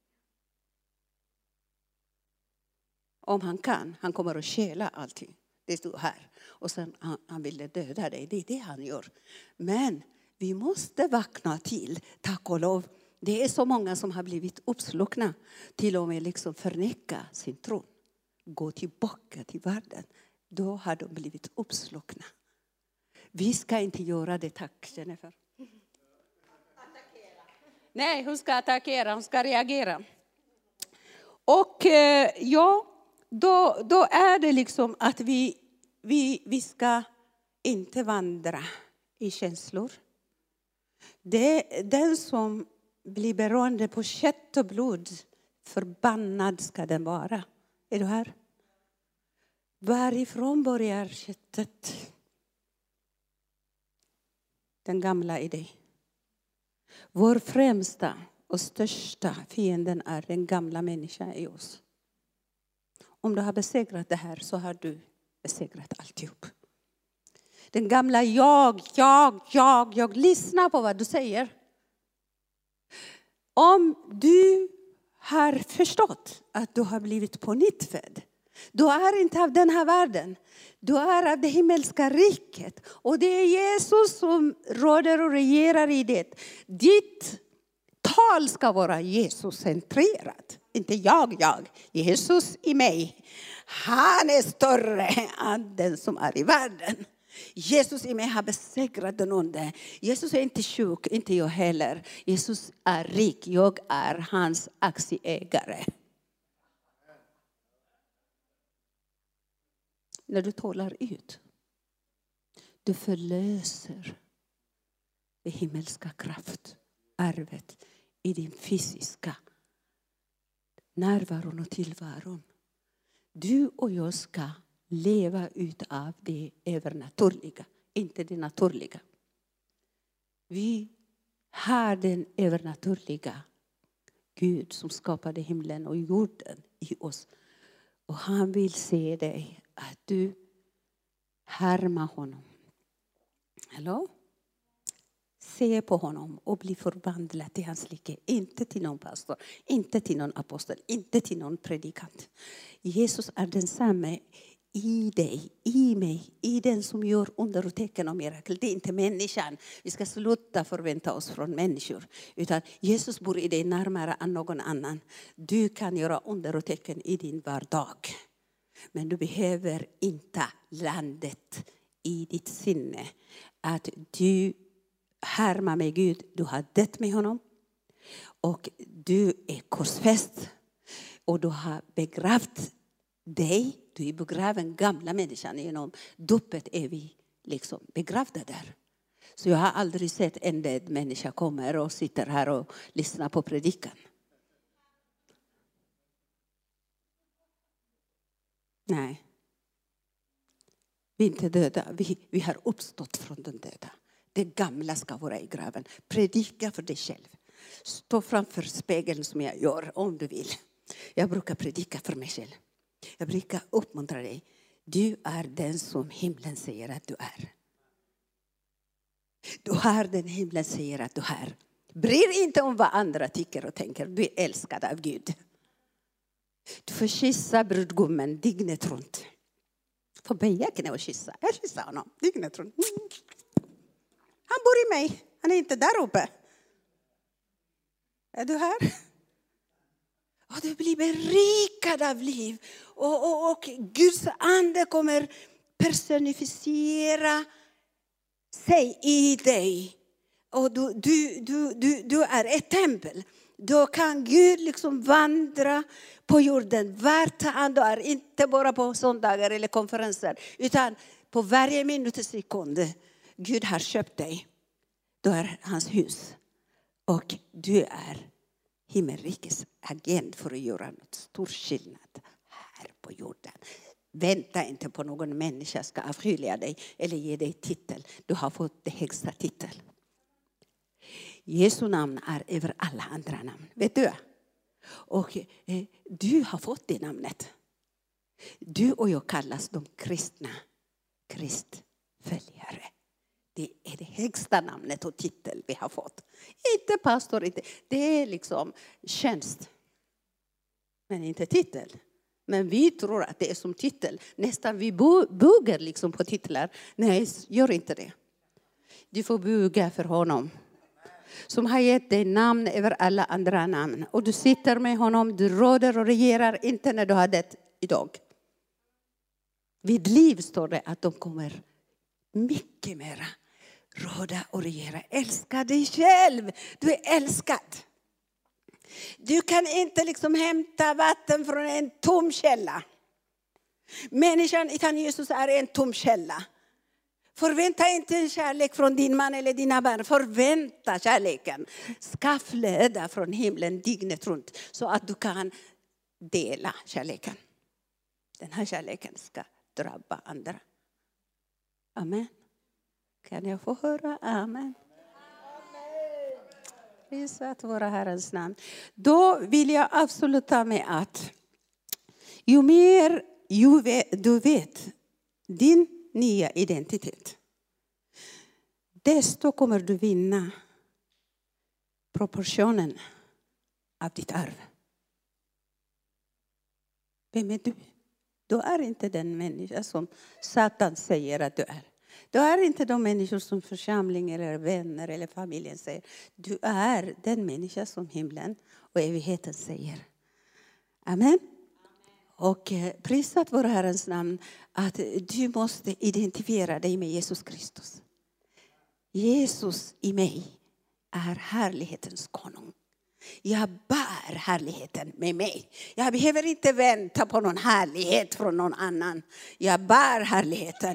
Om han kan, han kommer att stjäla allting. Det står här. Och sen han ville döda dig. Det är det han gör. Men vi måste vakna till. Tack och lov. Det är så många som har blivit uppslukna. Till och med liksom förneka sin tro. Gå tillbaka till världen. Då har de blivit uppslukna. Vi ska inte göra det. Tack, Jennifer. Attackera. Nej, hon ska attackera. Hon ska reagera. Och då är det liksom att vi ska inte vandra i känslor. Den som blir beroende på kött och blod, förbannad ska den vara. Är du här? Varifrån börjar köttet? Den gamla i dig. Vår främsta och största fienden är den gamla människan i oss. Om du har besegrat det här så har du besegrat alltihop. Den gamla jag. Lyssna på vad du säger. Om du har förstått att du har blivit på nytt född. Du är inte av den här världen. Du är av det himmelska riket. Och det är Jesus som råder och regerar i det. Ditt tal ska vara Jesus-centrerat. Inte jag. Jesus i mig. Han är större än den som är i världen. Jesus i mig har besegrat den onde. Jesus är inte sjuk, inte jag heller. Jesus är rik, jag är hans aktieägare. När du talar ut, du förlöser det himmelska kraft, arvet i din fysiska närvaron och tillvaron. Du och jag ska leva ut av det övernaturliga, inte det naturliga. Vi har den övernaturliga Gud som skapade himlen och jorden i oss. Och han vill se dig att du härmar honom. Hallå? Se på honom och bli förvandlad till hans like. Inte till någon pastor, inte till någon apostel, inte till någon predikant. Jesus är densamme i dig, i mig, i den som gör under och tecken och mirakel. Det är inte människan. Vi ska sluta förvänta oss från människor. Utan Jesus bor i dig närmare än någon annan. Du kan göra under och tecken i din vardag. Men du behöver inte landet i ditt sinne. Att du härmar med Gud. Du har dött med honom. Och du är korsfäst. Och du har begravt dig. Du är begraven gamla människan. Genom dopet är vi liksom begravda där. Så jag har aldrig sett en död människa kommer och sitter här och lyssnar på predikan. Nej. Vi är inte döda. Vi har uppstått från den döda. Det gamla ska vara i graven. Predika för dig själv. Stå framför spegeln som jag gör om du vill. Jag brukar predika för mig själv. Jag brukar uppmuntra dig. Du är den som himlen säger att du är. Du har den himlen säger att du är. Bryr inte om vad andra tycker och tänker. Du är älskad av Gud. Du får kyssa brudgummen dignet runt. Får böja knä och kyssa. Jag kyssar honom dignet runt. Han bor i mig. Han är inte där uppe. Är du här? Och du blir berikad av liv. Och Guds ande kommer personifiera sig i dig. Och du är ett tempel. Då kan Gud liksom vandra på jorden. Varje dag, inte bara på söndagar eller konferenser. Utan på varje minut och sekund. Gud har köpt dig. Då är hans hus. Och du är himmelrikes agent för att göra något stor skillnad här på jorden. Vänta inte på någon människa ska avskilja dig eller ge dig titel. Du har fått det högsta titel. Jesu namn är över alla andra namn. Vet du? Och du har fått det namnet. Du och jag kallas de kristna kristföljare. Det är det högsta namnet och titel vi har fått. Inte pastor, inte. Det är liksom tjänst. Men inte titel. Men vi tror att det är som titel. Nästan vi bugar liksom på titlar. Nej, gör inte det. Du får buga för honom. Som har gett dig namn över alla andra namn. Och du sitter med honom, du råder och regerar inte när du har det idag. Vid liv står det att de kommer mycket mera råda och regera. Älska dig själv. Du är älskad. Du kan inte liksom hämta vatten från en tom källa. Människan utan Jesus är en tom källa. Förvänta inte en kärlek från din man eller dina barn. Förvänta kärleken. Ska flöda från himlen dignet runt. Så att du kan dela kärleken. Den här kärleken ska drabba andra. Amen. Kan jag få höra? Amen. Prisat våra Herrens namn. Då vill jag avsluta med att ju mer du vet din nya identitet, desto kommer du vinna proportionen av ditt arv. Vem är du? Du är inte den människa som Satan säger att du är. Du är inte de människor som församling eller vänner eller familjen säger. Du är den människa som himlen och evigheten säger. Amen. Och prisat vår Herrens namn att du måste identifiera dig med Jesus Kristus. Jesus i mig är härlighetens konung. Jag bär härligheten med mig. Jag behöver inte vänta på någon härlighet från någon annan. Jag bär härligheten.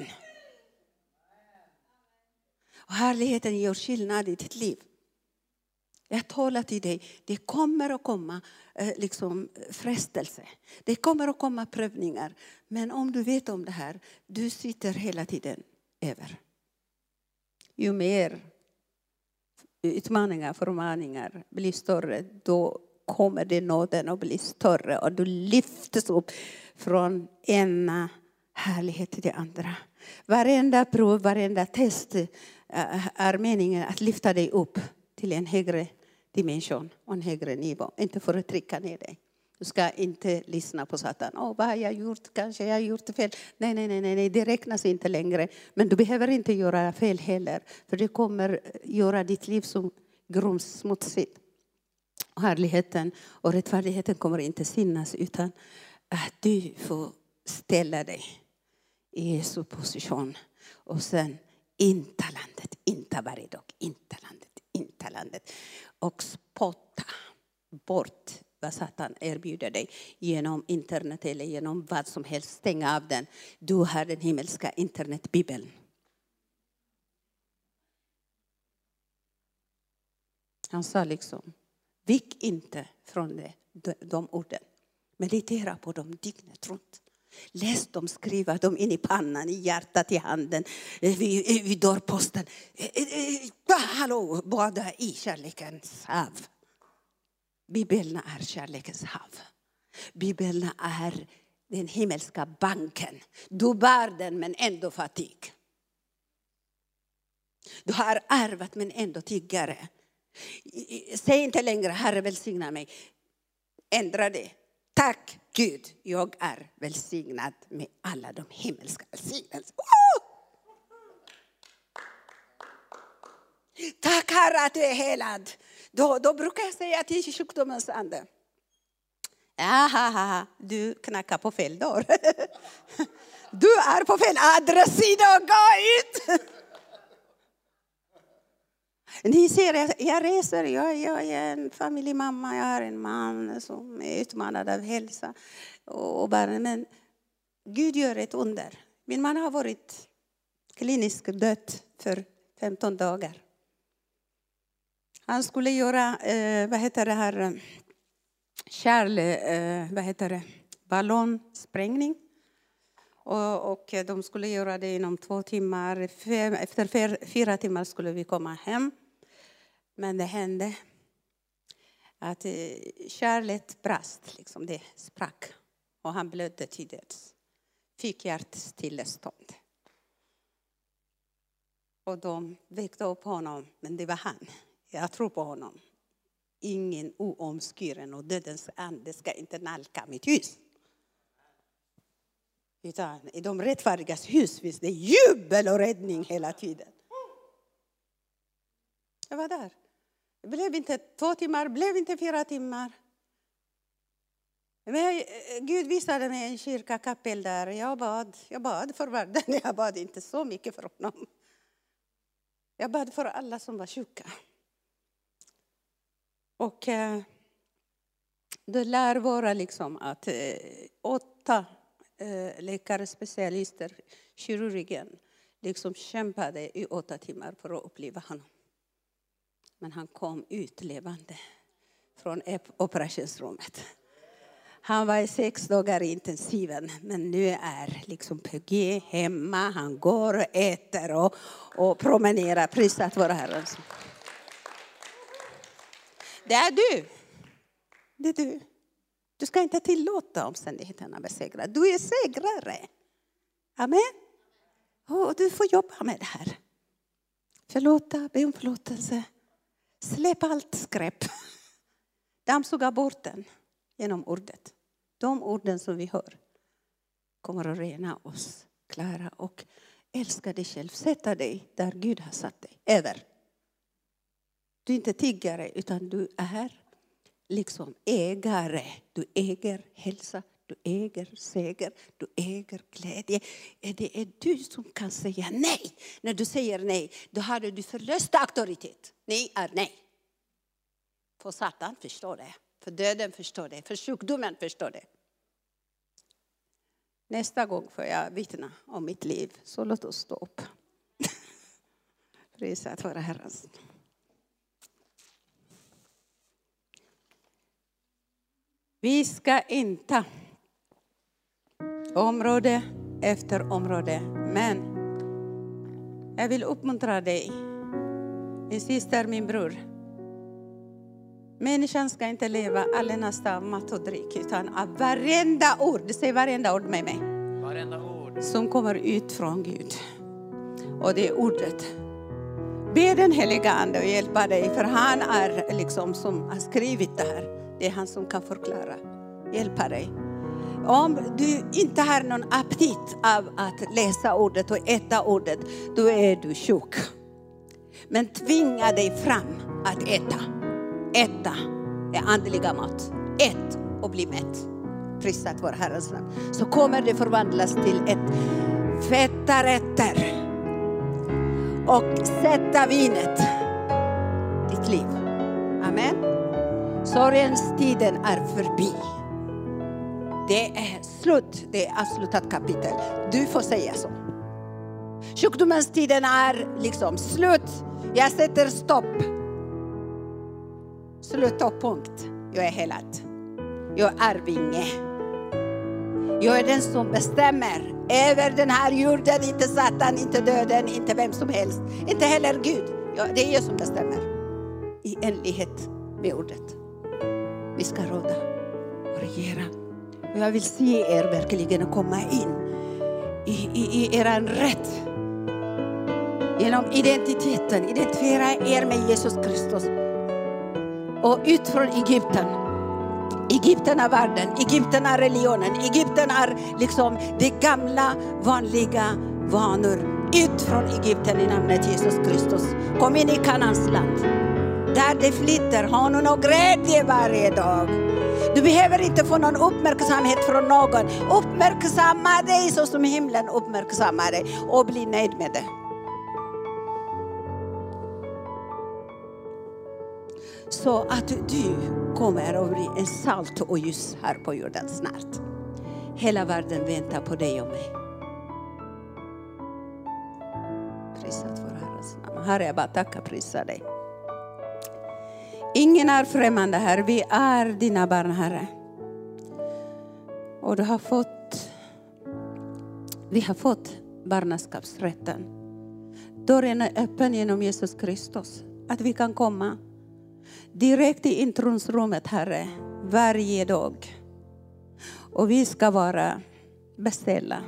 Och härligheten gör skillnad i ditt liv. Jag talar till dig. Det kommer att komma frestelse. Det kommer att komma prövningar. Men om du vet om det här. Du sitter hela tiden över. Ju mer utmaningar, förmaningar blir större. Då kommer det nåden att bli större. Och du lyftes upp från ena härlighet till det andra. Varenda prov, varenda test är meningen att lyfta dig upp till en högre dimension och en högre nivå. Inte för att trycka ner dig. Du ska inte lyssna på Satan. Vad har jag gjort? Kanske jag har gjort fel. Nej. Det räknas inte längre. Men du behöver inte göra fel heller. För det kommer göra ditt liv som grumsmutsigt. Härligheten och rättfärdigheten kommer inte synas. Utan att du får ställa dig i Jesu position. Och sen inte landet. Inte varje dag. Inte landet. Och spotta bort vad Satan erbjuder dig genom internet eller genom vad som helst. Stänga av den. Du har den himmelska internetbibeln. Han sa vik inte från de orden. Meditera på dem dygnet runt. Läs dem, skriva dem in i pannan, i hjärtat, i handen, vid dörrposten. Bada i kärlekens hav. Bibeln är kärlekens hav. Bibeln är den himmelska banken. Du bär den men ändå fattig. Du har ärvat men ändå tiggare. Säg inte längre, Herre välsigna mig. Ändra det. Tack Gud, jag är välsignad med alla de himmelska välsignelser. Tack Herre att du är helad. Då brukar jag säga till sjukdomens ande. Du knackar på fel dörr. Du är på fel adress idag, gå ut. Ni ser, jag reser, jag är en familjemamma, jag har en man som är utmanad av hälsa och barn. Men Gud gör ett under. Min man har varit kliniskt död för 15 dagar. Han skulle göra, ballonsprängning. Och de skulle göra det inom 2 timmar. Efter 4 timmar skulle vi komma hem. Men det hände att kärlet brast. Det sprack. Och han blödde till döds. Fick hjärtstillestånd. Och de väckte upp honom. Men det var han. Jag tror på honom. Ingen oomskuren och dödens ande ska inte nalka mitt hus. Utan i de rättfärdigas hus finns det jubel och räddning hela tiden. Jag var där. Det blev inte 2 timmar, blev inte 4 timmar. Men Gud visade mig en kyrkakapell där. Jag bad för världen. Jag bad inte så mycket för honom. Jag bad för alla som var sjuka. Och det lär vara att 8 läkare, specialister, kirurgen kämpade i 8 timmar för att uppleva honom. Men han kom ut levande från operationsrummet. Han var i 6 dagar i intensiven, men nu är på G hemma. Han går och äter och promenerar. Prisat vår Herre. Det är du. Det är du. Du ska inte tillåta omständigheterna besegra. Du är segrare. Amen. Och du får jobba med det här. Förlåta, be om förlåtelse. Släpp allt skräp. Dammsuga bort den genom ordet. De orden som vi hör kommer att rena oss, Klara, och älska dig själv. Sätta dig där Gud har satt dig. Över. Du är inte tiggare, utan du är liksom ägare. Du äger hälsa, du äger seger, du äger glädje. Det är du som kan säga nej. När du säger nej, då har du förlöst auktoritet. Nej är nej. För Satan förstår det. För döden förstår det. För sjukdomen förstår det. Nästa gång får jag vittna om mitt liv. Så låt oss stå upp. Prisat vara Herrens. Vi ska inte område efter område. Men jag vill uppmuntra dig. Min syster, min bror. Människan ska inte leva allenast av mat och dryck, utan av varenda ord. Du säger varenda ord med mig. Varenda ord. Som kommer ut från Gud. Och det är ordet. Be den heliga ande och hjälpa dig. För han är liksom som har skrivit det här. Det är han som kan förklara. Hjälpa dig. Om du inte har någon aptit av att läsa ordet och äta ordet, då är du sjuk. Men tvinga dig fram att äta. Äta är andliga mat. Ät och bli mätt. Prisat vår Herrens namn. Så kommer det förvandlas till ett feta rätter. Och sätta vinet ditt liv. Amen. Sorgens tiden är förbi. Det är slut. Det är avslutat kapitel. Du får säga så. Sjukdomens tiden är liksom slut. Jag sätter stopp. Slut och punkt. Jag är helad. Jag är arvinge. Jag är den som bestämmer över den här jorden. Inte Satan, inte döden, inte vem som helst. Inte heller Gud. Det är jag som bestämmer. I enlighet med ordet. Vi ska råda och regera. Och jag vill se er verkligen att komma in i eran rätt. Genom identiteten. Identifiera er med Jesus Kristus. Och ut från Egypten. Egypten är världen. Egypten är religionen. Egypten är liksom det gamla vanliga vanor. Ut från Egypten i namnet Jesus Kristus. Kom in i Kanans land. Där det flyter honung och glädje varje dag. Du behöver inte få någon uppmärksamhet från någon. Uppmärksamma dig så som himlen uppmärksammar dig. Och bli nöjd med det. Så att du kommer att bli en salt och ljus här på jorden snart. Hela världen väntar på dig och mig. Prisat vår Herrens namn. Herre, jag bara tackar, prisar dig. Ingen är främmande här. Vi är dina barn, Herre. Och vi har fått barnaskapsrätten. Dörren är öppen genom Jesus Kristus. Att vi kan komma direkt i intronsrummet, Herre, varje dag. Och vi ska vara beställa.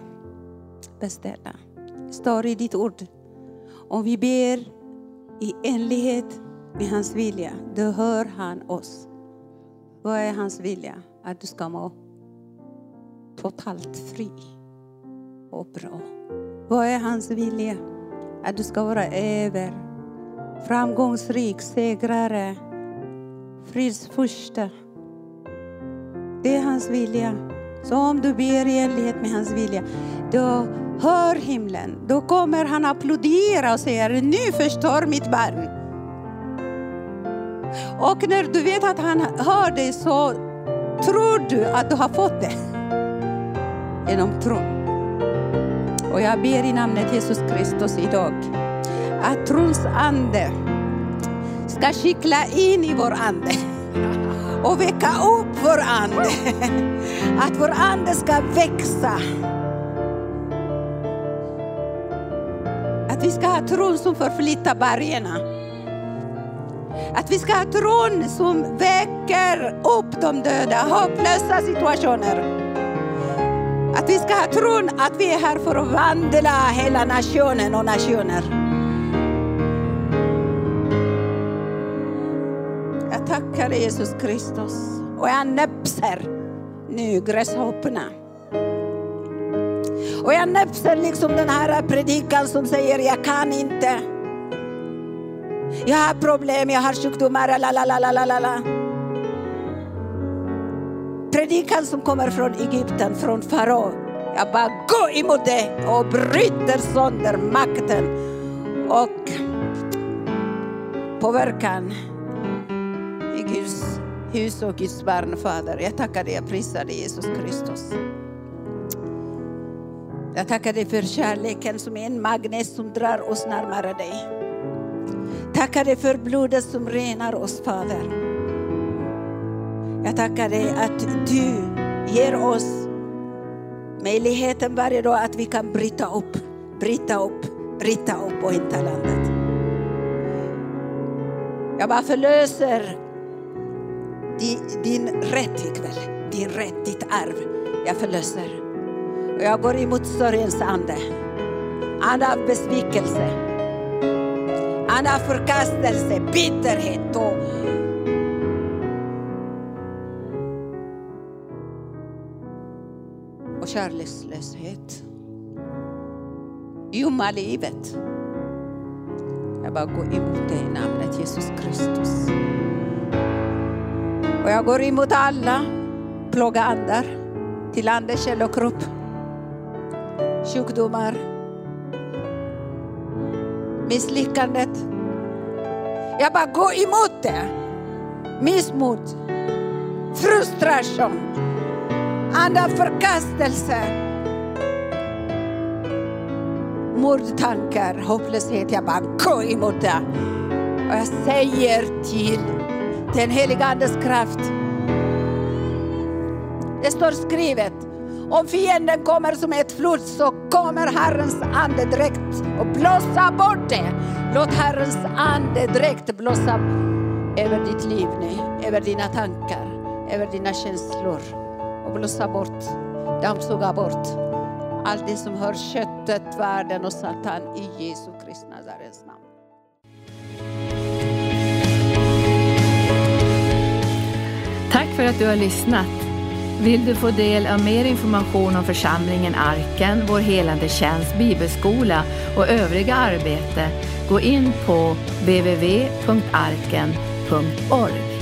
Står i ditt ord. Om vi ber i enlighet med hans vilja, då hör han oss. Vad är hans vilja? Att du ska må totalt fri och bra. Vad är hans vilja? Att du ska vara framgångsrik, segrare, fridsförsta. Det är hans vilja. Så om du ber i enlighet med hans vilja, då hör himlen. Då kommer han applådera och säga: nu förstår mitt barn. Och när du vet att han hör dig, så tror du att du har fått det. Genom tron. Och jag ber i namnet Jesus Kristus idag, att trons ande ska skickla in i vår ande. Och väcka upp vår ande. Att vår ande ska växa. Att vi ska ha tron som förflyttar bergarna. Att vi ska ha tron som väcker upp de döda, hopplösa situationer. Att vi ska ha tron att vi är här för att vandla hela nationen och nationer. Jag tackar Jesus Kristus. Och jag näpser nu gräshopporna. Och jag näpser liksom den här predikan som säger jag kan inte. Jag har problem, jag har sjukdomar, lalalala. Predikan som kommer från Egypten, från farao. Jag bara går emot det och bryter sönder makten och påverkan i Guds hus och Guds barn, Fader. Jag tackar dig, jag prisar dig, Jesus Kristus. Jag tackar dig för kärleken som är en magnet som drar oss närmare dig. Tackar dig för blodet som renar oss, Fader. Jag tackar dig att du ger oss möjligheten varje dag att vi kan bryta upp och inte landet. Jag bara förlöser din rätt ikväll. Din rätt, ditt arv. Jag förlöser. Och jag går emot sorgens ande. Ande av besvikelse. Ande av förkastelse, bitterhet och kärlekslöshet. Ljumma livet. Jag bara går emot det i namnet Jesus Kristus. Och jag går emot alla plågandar till ande, själ och kropp. Sjukdomar. Misslyckandet. Jag bara går emot det. Missmod. Frustration. Ande av förkastelse. Mordtankar, hopplöshet. Jag bara går emot det. Och jag säger till den heliga andes kraft. Det står skrivet. Om fienden kommer som ett flod så kommer Herrens ande direkt och blåsa bort det. Låt Herrens ande direkt blåsa över ditt liv nu. Över dina tankar. Över dina känslor. Och blåsa bort. Dammsuga bort. Allt det som hör köttet, världen och Satan i Jesu Kristi Nazarens namn. Tack för att du har lyssnat. Vill du få del av mer information om församlingen Arken, vår helande tjänst, bibelskola och övriga arbete, gå in på www.arken.org.